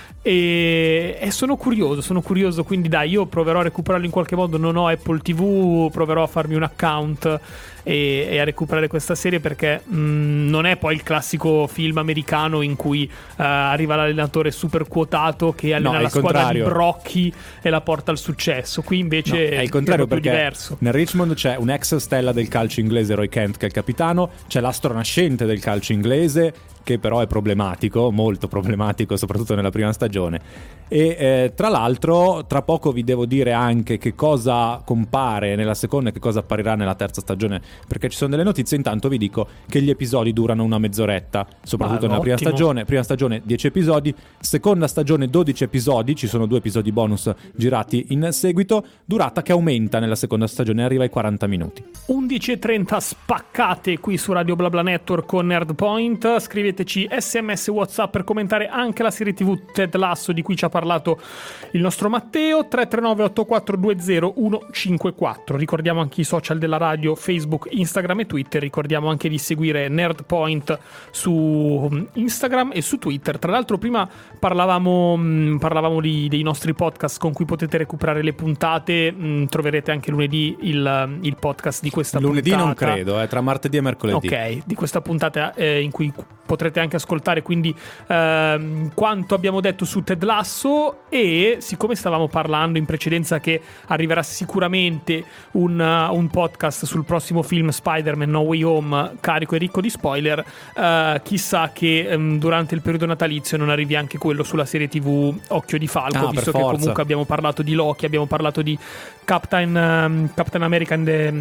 E sono curioso, quindi dai, io proverò a recuperarlo in qualche modo. Non ho Apple TV, proverò a farmi un account e a recuperare questa serie, perché non è poi il classico film americano in cui arriva l'allenatore super quotato che allena la squadra di brocchi e la porta al successo. Qui invece è il contrario, perché diverso. Nel Richmond c'è un ex stella del calcio inglese, Roy Kent, che è il capitano, c'è l'astro nascente del calcio inglese, che però è problematico, molto problematico, soprattutto nella prima stagione. E tra l'altro tra poco vi devo dire anche che cosa compare nella seconda e che cosa apparirà nella terza stagione, perché ci sono delle notizie. Intanto vi dico che gli episodi durano una mezz'oretta, soprattutto nella prima stagione. Prima stagione 10 episodi, seconda stagione 12 episodi, ci sono 2 episodi bonus girati in seguito, durata che aumenta nella seconda stagione, arriva ai 40 minuti. 11:30 spaccate qui su Radio BlaBla Network con Nerdpoint. Scriveteci scriveteci SMS, WhatsApp per commentare anche la serie TV Ted Lasso di cui ci ha parlato il nostro Matteo. 339 8420 154. Ricordiamo anche i social della radio, Facebook, Instagram e Twitter. Ricordiamo anche di seguire Nerdpoint su Instagram e su Twitter. Tra l'altro prima parlavamo dei nostri podcast con cui potete recuperare le puntate. Troverete anche lunedì il podcast di questa lunedì puntata. Non credo, tra martedì e mercoledì. Ok, di questa puntata in cui potrete anche ascoltare quindi quanto abbiamo detto su Ted Lasso, e siccome stavamo parlando in precedenza che arriverà sicuramente un podcast sul prossimo film Spider-Man No Way Home carico e ricco di spoiler, chissà che durante il periodo natalizio non arrivi anche quello sulla serie TV Occhio di Falco, visto che comunque abbiamo parlato di Loki, abbiamo parlato di Captain America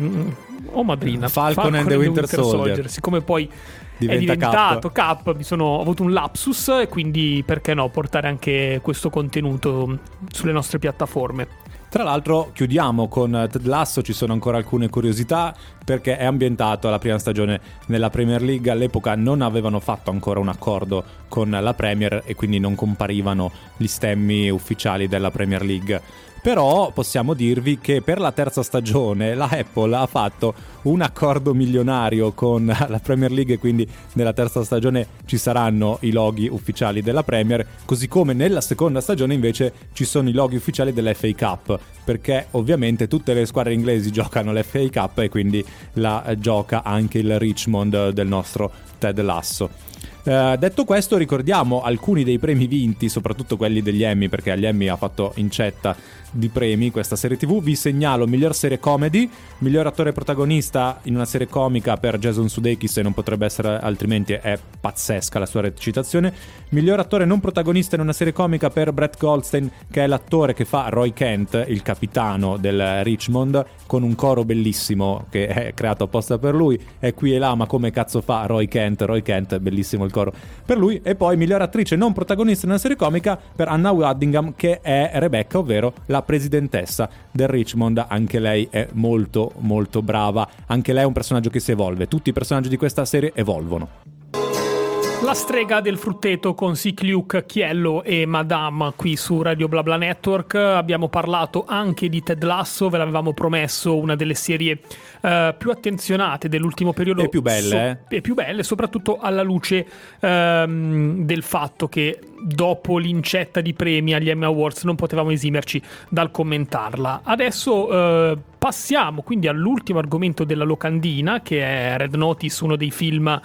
Madrina Falcon and the Winter Soldier. Siccome poi è diventato Cap, ho avuto un lapsus, e quindi perché no portare anche questo contenuto sulle nostre piattaforme. Tra l'altro chiudiamo con Ted Lasso, ci sono ancora alcune curiosità perché è ambientato alla prima stagione nella Premier League. All'epoca non avevano fatto ancora un accordo con la Premier e quindi non comparivano gli stemmi ufficiali della Premier League. Però possiamo dirvi che per la terza stagione la Apple ha fatto un accordo milionario con la Premier League, e quindi nella terza stagione ci saranno i loghi ufficiali della Premier, così come nella seconda stagione invece ci sono i loghi ufficiali dell'FA Cup, perché ovviamente tutte le squadre inglesi giocano l'FA Cup e quindi la gioca anche il Richmond del nostro Ted Lasso. Detto questo, ricordiamo alcuni dei premi vinti, soprattutto quelli degli Emmy, perché agli Emmy ha fatto incetta di premi questa serie TV. Vi segnalo miglior serie comedy, miglior attore protagonista in una serie comica per Jason Sudeikis, e non potrebbe essere altrimenti, è pazzesca la sua recitazione. Miglior attore non protagonista in una serie comica per Brett Goldstein, che è l'attore che fa Roy Kent, il capitano del Richmond, con un coro bellissimo che è creato apposta per lui. È qui e là, ma come cazzo fa Roy Kent, bellissimo il coro per lui. E poi miglior attrice non protagonista in una serie comica per Anna Waddingham, che è Rebecca, ovvero la presidentessa del Richmond. Anche lei è molto molto brava, anche lei è un personaggio che si evolve, tutti i personaggi di questa serie evolvono. La strega del frutteto con Sick Luke, Chiello e Madame qui su Radio BlaBla Network. Abbiamo parlato anche di Ted Lasso, ve l'avevamo promesso, una delle serie più attenzionate dell'ultimo periodo e più belle, e più belle, soprattutto alla luce del fatto che dopo l'incetta di premi agli Emmy Awards non potevamo esimerci dal commentarla. Adesso passiamo quindi all'ultimo argomento della locandina, che è Red Notice, uno dei film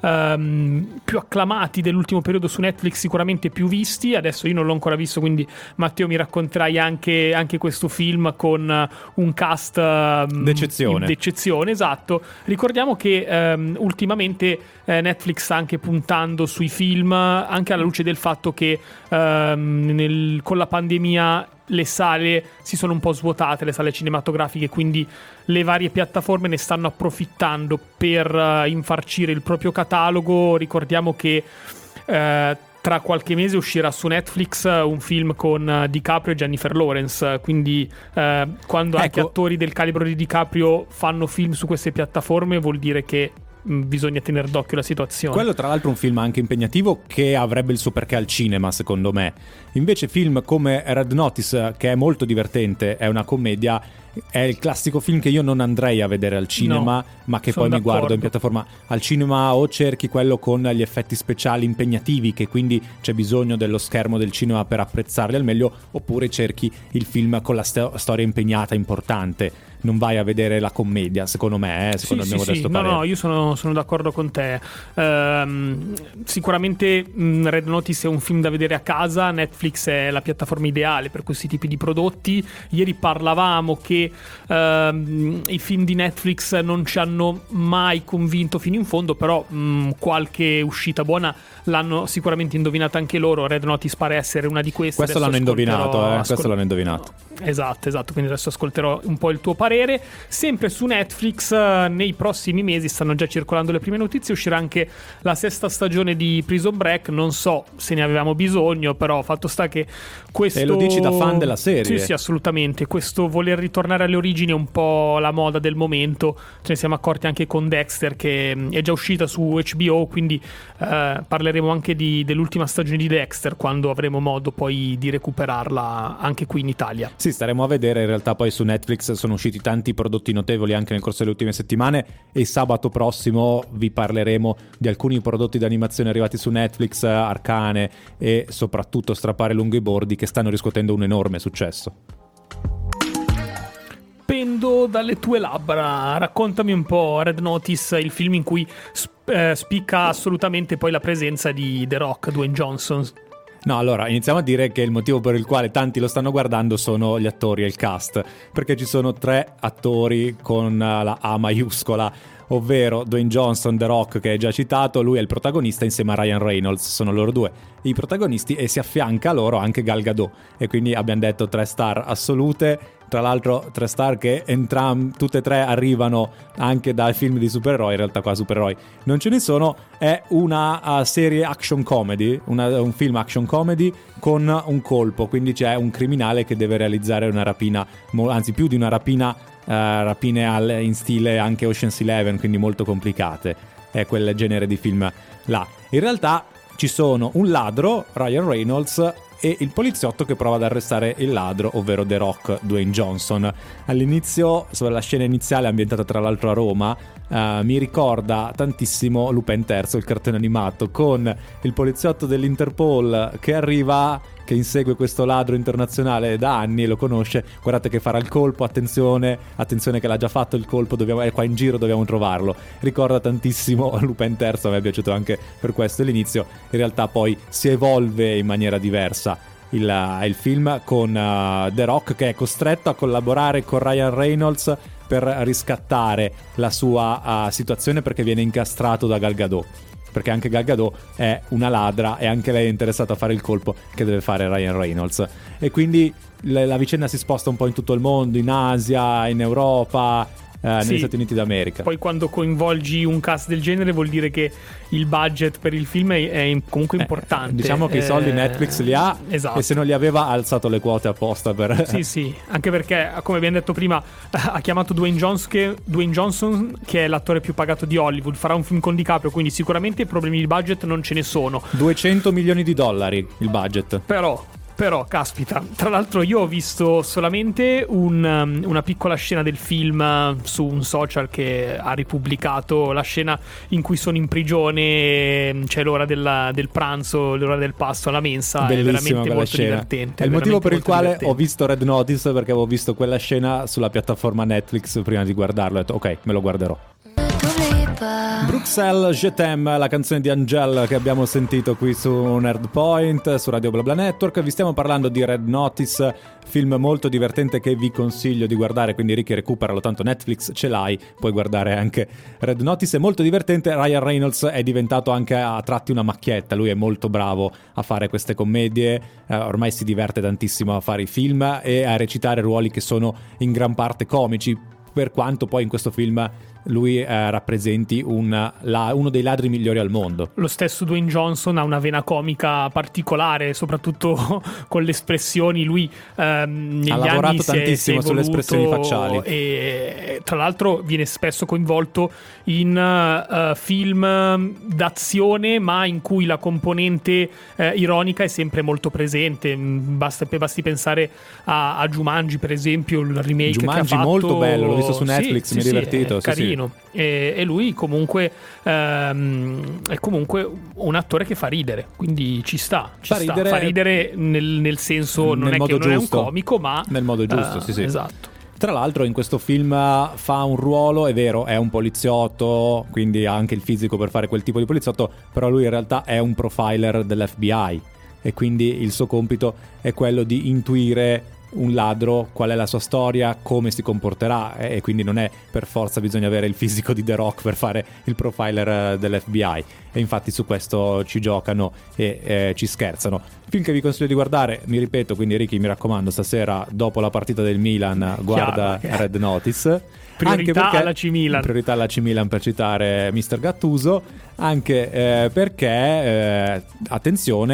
più acclamati dell'ultimo periodo su Netflix, sicuramente più visti. Adesso io non l'ho ancora visto, quindi Matteo mi racconterai anche questo film con un cast d'eccezione, esatto. Ricordiamo che ultimamente Netflix sta anche puntando sui film, anche alla luce del fatto che con la pandemia le sale si sono un po' svuotate, le sale cinematografiche, quindi le varie piattaforme ne stanno approfittando per infarcire il proprio catalogo. Ricordiamo che tra qualche mese uscirà su Netflix un film con DiCaprio e Jennifer Lawrence, quindi quando anche attori del calibro di DiCaprio fanno film su queste piattaforme vuol dire che bisogna tenere d'occhio la situazione. Quello tra l'altro è un film anche impegnativo, che avrebbe il suo perché al cinema, secondo me. Invece film come Red Notice, che è molto divertente, è una commedia, è il classico film che io non andrei a vedere al cinema, ma che poi mi guardo in piattaforma. Al cinema o cerchi quello con gli effetti speciali impegnativi, che quindi c'è bisogno dello schermo del cinema per apprezzarli al meglio, oppure cerchi il film con la storia impegnata, importante. Non vai a vedere la commedia, secondo me, secondo il mio modesto parere. No, io sono d'accordo con te. Sicuramente Red Notice è un film da vedere a casa. Netflix è la piattaforma ideale per questi tipi di prodotti. Ieri parlavamo che i film di Netflix non ci hanno mai convinto fino in fondo, però qualche uscita buona l'hanno sicuramente indovinata anche loro. Red Notice pare essere una di queste. Questo l'hanno indovinato, questo l'hanno indovinato. Esatto, quindi adesso ascolterò un po' il tuo parere. Sempre su Netflix nei prossimi mesi stanno già circolando le prime notizie, uscirà anche la sesta stagione di Prison Break. Non so se ne avevamo bisogno, però fatto sta che questo... E lo dici da fan della serie? Sì, assolutamente. Questo voler ritornare ritornare alle origini è un po' la moda del momento. Ce ne siamo accorti anche con Dexter, che è già uscita su HBO, quindi parleremo anche dell'ultima stagione di Dexter quando avremo modo poi di recuperarla anche qui in Italia. Sì, staremo a vedere. In realtà poi su Netflix sono usciti tanti prodotti notevoli anche nel corso delle ultime settimane, e sabato prossimo vi parleremo di alcuni prodotti d'animazione arrivati su Netflix, Arcane e soprattutto Strappare lungo i bordi, che stanno riscuotendo un enorme successo. Pendo dalle tue labbra, raccontami un po' Red Notice, il film in cui spicca assolutamente poi la presenza di The Rock, Dwayne Johnson. No, allora, iniziamo a dire che il motivo per il quale tanti lo stanno guardando sono gli attori e il cast, perché ci sono 3 attori con la A maiuscola, ovvero Dwayne Johnson, The Rock, che è già citato, lui è il protagonista insieme a Ryan Reynolds, sono loro 2 i protagonisti, e si affianca a loro anche Gal Gadot, e quindi abbiamo detto 3 star assolute. Tra l'altro 3 star che tutte e 3 arrivano anche dai film di supereroi. In realtà qua supereroi non ce ne sono. È una serie action comedy, un film action comedy con un colpo, quindi c'è un criminale che deve realizzare una rapina, anzi più di una rapina, rapine in stile anche Ocean's 11, quindi molto complicate. È quel genere di film là. In realtà ci sono un ladro, Ryan Reynolds, e il poliziotto che prova ad arrestare il ladro, ovvero The Rock, Dwayne Johnson. All'inizio, la scena iniziale ambientata tra l'altro a Roma, mi ricorda tantissimo Lupin III, il cartone animato, con il poliziotto dell'Interpol che arriva, che insegue questo ladro internazionale da anni e lo conosce. Guardate che farà il colpo, attenzione che l'ha già fatto il colpo, è qua in giro, dobbiamo trovarlo. Ricorda tantissimo Lupin III, a me è piaciuto anche per questo l'inizio. In realtà poi si evolve in maniera diversa il film, con The Rock che è costretto a collaborare con Ryan Reynolds per riscattare la sua situazione, perché viene incastrato da Gal Gadot, perché anche Gal Gadot è una ladra e anche lei è interessata a fare il colpo che deve fare Ryan Reynolds. E quindi la vicenda si sposta un po' in tutto il mondo, in Asia, in Europa, negli Stati Uniti d'America. Poi quando coinvolgi un cast del genere vuol dire che il budget per il film è comunque importante. Diciamo che i soldi Netflix li ha, esatto. E se non li aveva ha alzato le quote apposta per... Sì, anche perché, come abbiamo detto prima, ha chiamato Dwayne Johnson, che è l'attore più pagato di Hollywood, farà un film con DiCaprio, quindi sicuramente problemi di budget non ce ne sono. $200 milioni il budget. Però, caspita, tra l'altro io ho visto solamente una piccola scena del film su un social che ha ripubblicato, la scena in cui sono in prigione, c'è l'ora del pranzo, l'ora del pasto alla mensa. Bellissima, è veramente molto scena. Divertente. È il motivo per il quale ho visto Red Notice, perché avevo visto quella scena sulla piattaforma Netflix prima di guardarlo, ho detto ok, me lo guarderò. Bruxelles, Je t'aime, la canzone di Angèle che abbiamo sentito qui su Nerdpoint, su Radio BlaBla Network. Vi stiamo parlando di Red Notice, film molto divertente che vi consiglio di guardare, quindi Ricky recuperalo, tanto Netflix ce l'hai, puoi guardare anche Red Notice, è molto divertente. Ryan Reynolds è diventato anche a tratti una macchietta, lui è molto bravo a fare queste commedie, ormai si diverte tantissimo a fare i film e a recitare ruoli che sono in gran parte comici, per quanto poi in questo film lui rappresenti uno dei ladri migliori al mondo. Lo stesso Dwayne Johnson ha una vena comica particolare, soprattutto con le espressioni. Lui negli ha lavorato anni tantissimo sulle espressioni facciali, e tra l'altro viene spesso coinvolto in film d'azione, ma in cui la componente ironica è sempre molto presente. Basti pensare a Jumanji, per esempio, il remake Jumanji, che ha fatto. Molto bello, l'ho visto su Netflix, mi è divertito, è carino. E lui comunque è comunque un attore che fa ridere, quindi fa ridere nel senso, non è che non è un comico, ma nel modo giusto, sì. Esatto. Tra l'altro in questo film fa un ruolo, è vero, è un poliziotto, quindi ha anche il fisico per fare quel tipo di poliziotto, però lui in realtà è un profiler dell'FBI e quindi il suo compito è quello di intuire un ladro, qual è la sua storia, come si comporterà, e quindi non è per forza bisogna avere il fisico di The Rock per fare il profiler dell'FBI, e infatti su questo ci giocano e ci scherzano. Film che vi consiglio di guardare, mi ripeto, quindi Ricky, mi raccomando, stasera dopo la partita del Milan guarda Red Notice. Priorità alla C Milan. Priorità alla C Milan, per citare Mr. Gattuso, anche perché attenzione,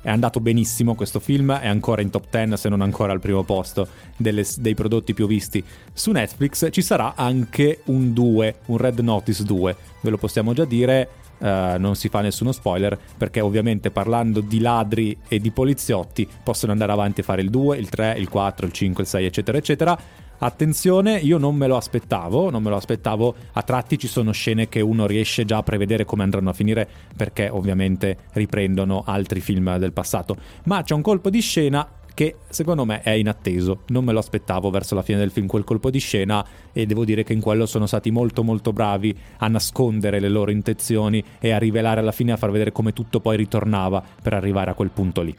è andato benissimo questo film, è ancora in top 10 se non ancora al primo posto dei prodotti più visti su Netflix. Ci sarà anche un Red Notice 2, ve lo possiamo già dire, non si fa nessuno spoiler perché ovviamente parlando di ladri e di poliziotti possono andare avanti a fare il 2, il 3, il 4, il 5, il 6 eccetera eccetera. Attenzione, io non me lo aspettavo, a tratti ci sono scene che uno riesce già a prevedere come andranno a finire perché ovviamente riprendono altri film del passato, ma c'è un colpo di scena che secondo me è inatteso, non me lo aspettavo verso la fine del film quel colpo di scena, e devo dire che in quello sono stati molto molto bravi a nascondere le loro intenzioni e a rivelare alla fine, a far vedere come tutto poi ritornava per arrivare a quel punto lì.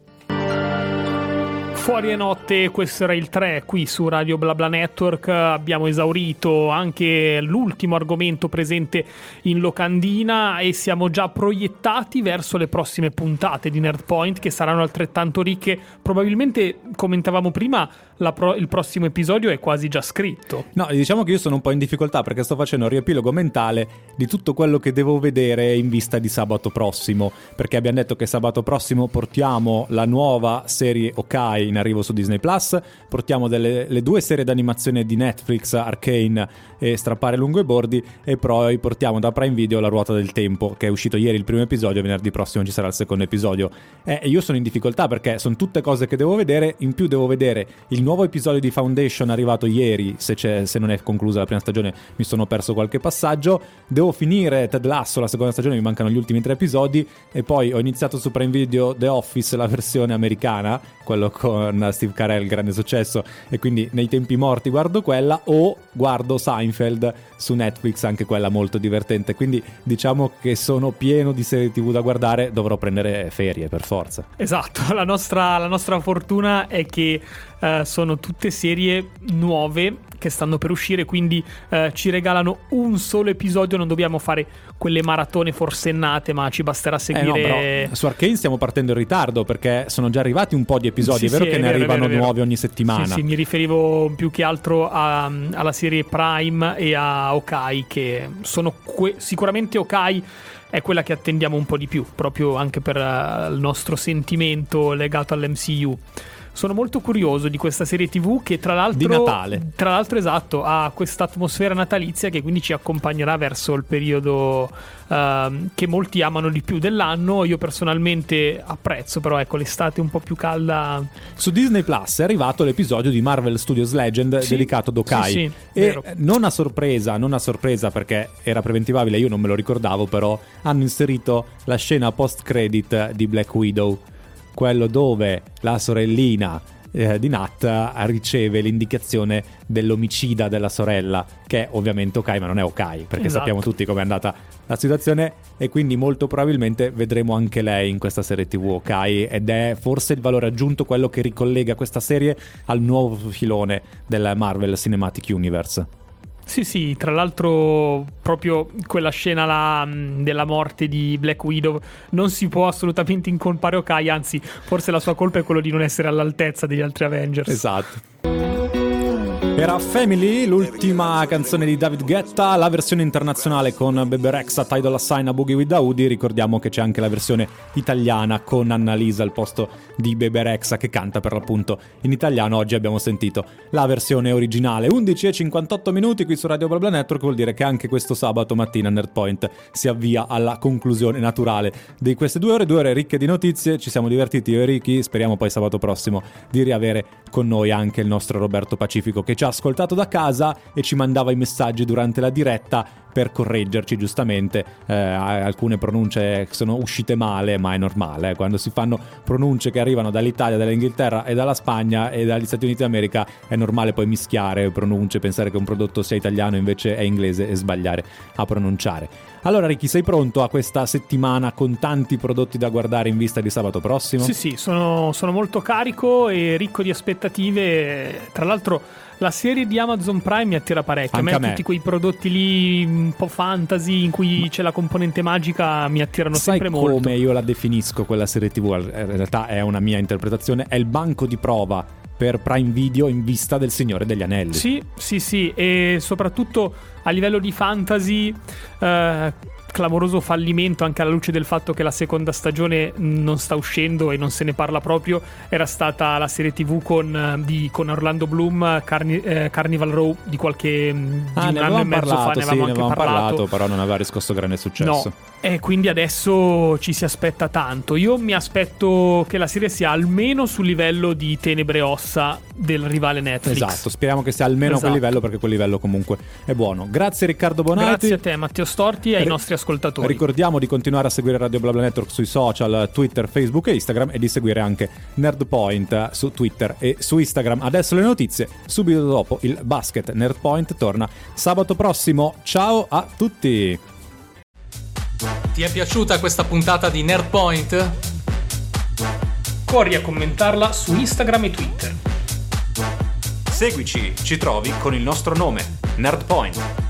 Fuori è notte, questo era il 3 qui su Radio BlaBla Network. Abbiamo esaurito anche l'ultimo argomento presente in locandina e siamo già proiettati verso le prossime puntate di Nerdpoint, che saranno altrettanto ricche. Probabilmente, commentavamo prima, il prossimo episodio è quasi già scritto. No, diciamo che io sono un po' in difficoltà perché sto facendo un riepilogo mentale di tutto quello che devo vedere in vista di sabato prossimo, perché abbiamo detto che sabato prossimo portiamo la nuova serie Hawkeye in arrivo su Disney Plus, portiamo le 2 serie d'animazione di Netflix, Arcane e Strappare lungo i bordi, e poi portiamo da Prime Video La ruota del tempo, che è uscito ieri il primo episodio, venerdì prossimo ci sarà il secondo episodio. Io sono in difficoltà perché sono tutte cose che devo vedere, in più devo vedere il nuovo episodio di Foundation arrivato ieri, se non è conclusa la prima stagione mi sono perso qualche passaggio, devo finire Ted Lasso, la seconda stagione, mi mancano gli ultimi 3 episodi, e poi ho iniziato su Prime Video The Office, la versione americana, quello con Steve Carell, grande successo, e quindi nei tempi morti guardo quella, o guardo Seinfeld su Netflix, anche quella molto divertente, quindi diciamo che sono pieno di serie TV da guardare, dovrò prendere ferie per forza. Esatto, la nostra fortuna è che sono tutte serie nuove che stanno per uscire, quindi ci regalano un solo episodio, non dobbiamo fare quelle maratone forsennate, ma ci basterà seguire. Però su Arcane stiamo partendo in ritardo perché sono già arrivati un po' di episodi, è vero che ne arrivano nuovi ogni settimana. Sì, mi riferivo più che altro alla serie Prime e a Hawkeye, che sono sicuramente Hawkeye è quella che attendiamo un po' di più, proprio anche per il nostro sentimento legato all'MCU. Sono molto curioso di questa serie TV che tra l'altro di Natale. Tra l'altro, esatto, ha questa atmosfera natalizia che quindi ci accompagnerà verso il periodo che molti amano di più dell'anno. Io personalmente apprezzo, però ecco, l'estate un po' più calda. Su Disney Plus è arrivato l'episodio di Marvel Studios Legend dedicato ad Hawkeye. Sì, e vero. non a sorpresa perché era preventivabile, io non me lo ricordavo, però hanno inserito la scena post credit di Black Widow, quello dove la sorellina di Nat riceve l'indicazione dell'omicida della sorella, che è ovviamente Hawkeye, ma non è Hawkeye, perché esatto. Sappiamo tutti com'è andata la situazione, e quindi molto probabilmente vedremo anche lei in questa serie TV Hawkeye, ed è forse il valore aggiunto, quello che ricollega questa serie al nuovo filone del Marvel Cinematic Universe. Sì, tra l'altro proprio quella scena là della morte di Black Widow non si può assolutamente incolpare Hawkeye, anzi forse la sua colpa è quello di non essere all'altezza degli altri Avengers. Esatto. Era Family, l'ultima canzone di David Guetta, la versione internazionale con Bebe Rexha, Ty Dolla Sign, a Boogie with Daoudi. Ricordiamo che c'è anche la versione italiana con Annalisa al posto di Bebe Rexha, che canta per l'appunto in italiano. Oggi abbiamo sentito la versione originale. 11:58 qui su Radio BlaBla Network, vuol dire che anche questo sabato mattina Nerdpoint si avvia alla conclusione naturale di queste 2 ore ricche di notizie. Ci siamo divertiti io e Ricky, speriamo poi sabato prossimo di riavere con noi anche il nostro Roberto Pacifico, che ci ha ascoltato da casa e ci mandava i messaggi durante la diretta per correggerci giustamente alcune pronunce che sono uscite male, ma è normale, quando si fanno pronunce che arrivano dall'Italia, dall'Inghilterra e dalla Spagna e dagli Stati Uniti d'America, è normale poi mischiare pronunce, pensare che un prodotto sia italiano invece è inglese e sbagliare a pronunciare. Allora Ricky, sei pronto a questa settimana con tanti prodotti da guardare in vista di sabato prossimo? Sì, sono molto carico e ricco di aspettative. Tra l'altro la serie di Amazon Prime mi attira parecchio. Anche a me tutti quei prodotti lì un po' fantasy in cui c'è la componente magica mi attirano sempre molto. Sai come io la definisco quella serie TV? In realtà è una mia interpretazione, è il banco di prova per Prime Video in vista del Signore degli Anelli. Sì, e soprattutto a livello di fantasy clamoroso fallimento, anche alla luce del fatto che la seconda stagione non sta uscendo e non se ne parla proprio, era stata la serie TV con Orlando Bloom, Carnival Row, di un anno e mezzo fa. Ne avevamo parlato, però non aveva riscosso grande successo. No. E quindi adesso ci si aspetta tanto. Io mi aspetto che la serie sia almeno sul livello di Tenebre e Ossa del rivale Netflix. Esatto, speriamo che sia almeno a quel livello, perché quel livello comunque è buono. Grazie Riccardo Bonatti. Grazie a te Matteo Storti e ai nostri ascoltatori. Ricordiamo di continuare a seguire Radio BlaBla Network sui social, Twitter, Facebook e Instagram, e di seguire anche Nerdpoint su Twitter e su Instagram. Adesso le notizie, subito dopo il basket. Nerdpoint torna sabato prossimo. Ciao a tutti. Ti è piaciuta questa puntata di Nerdpoint? Corri a commentarla su Instagram e Twitter. Seguici, ci trovi con il nostro nome, Nerdpoint.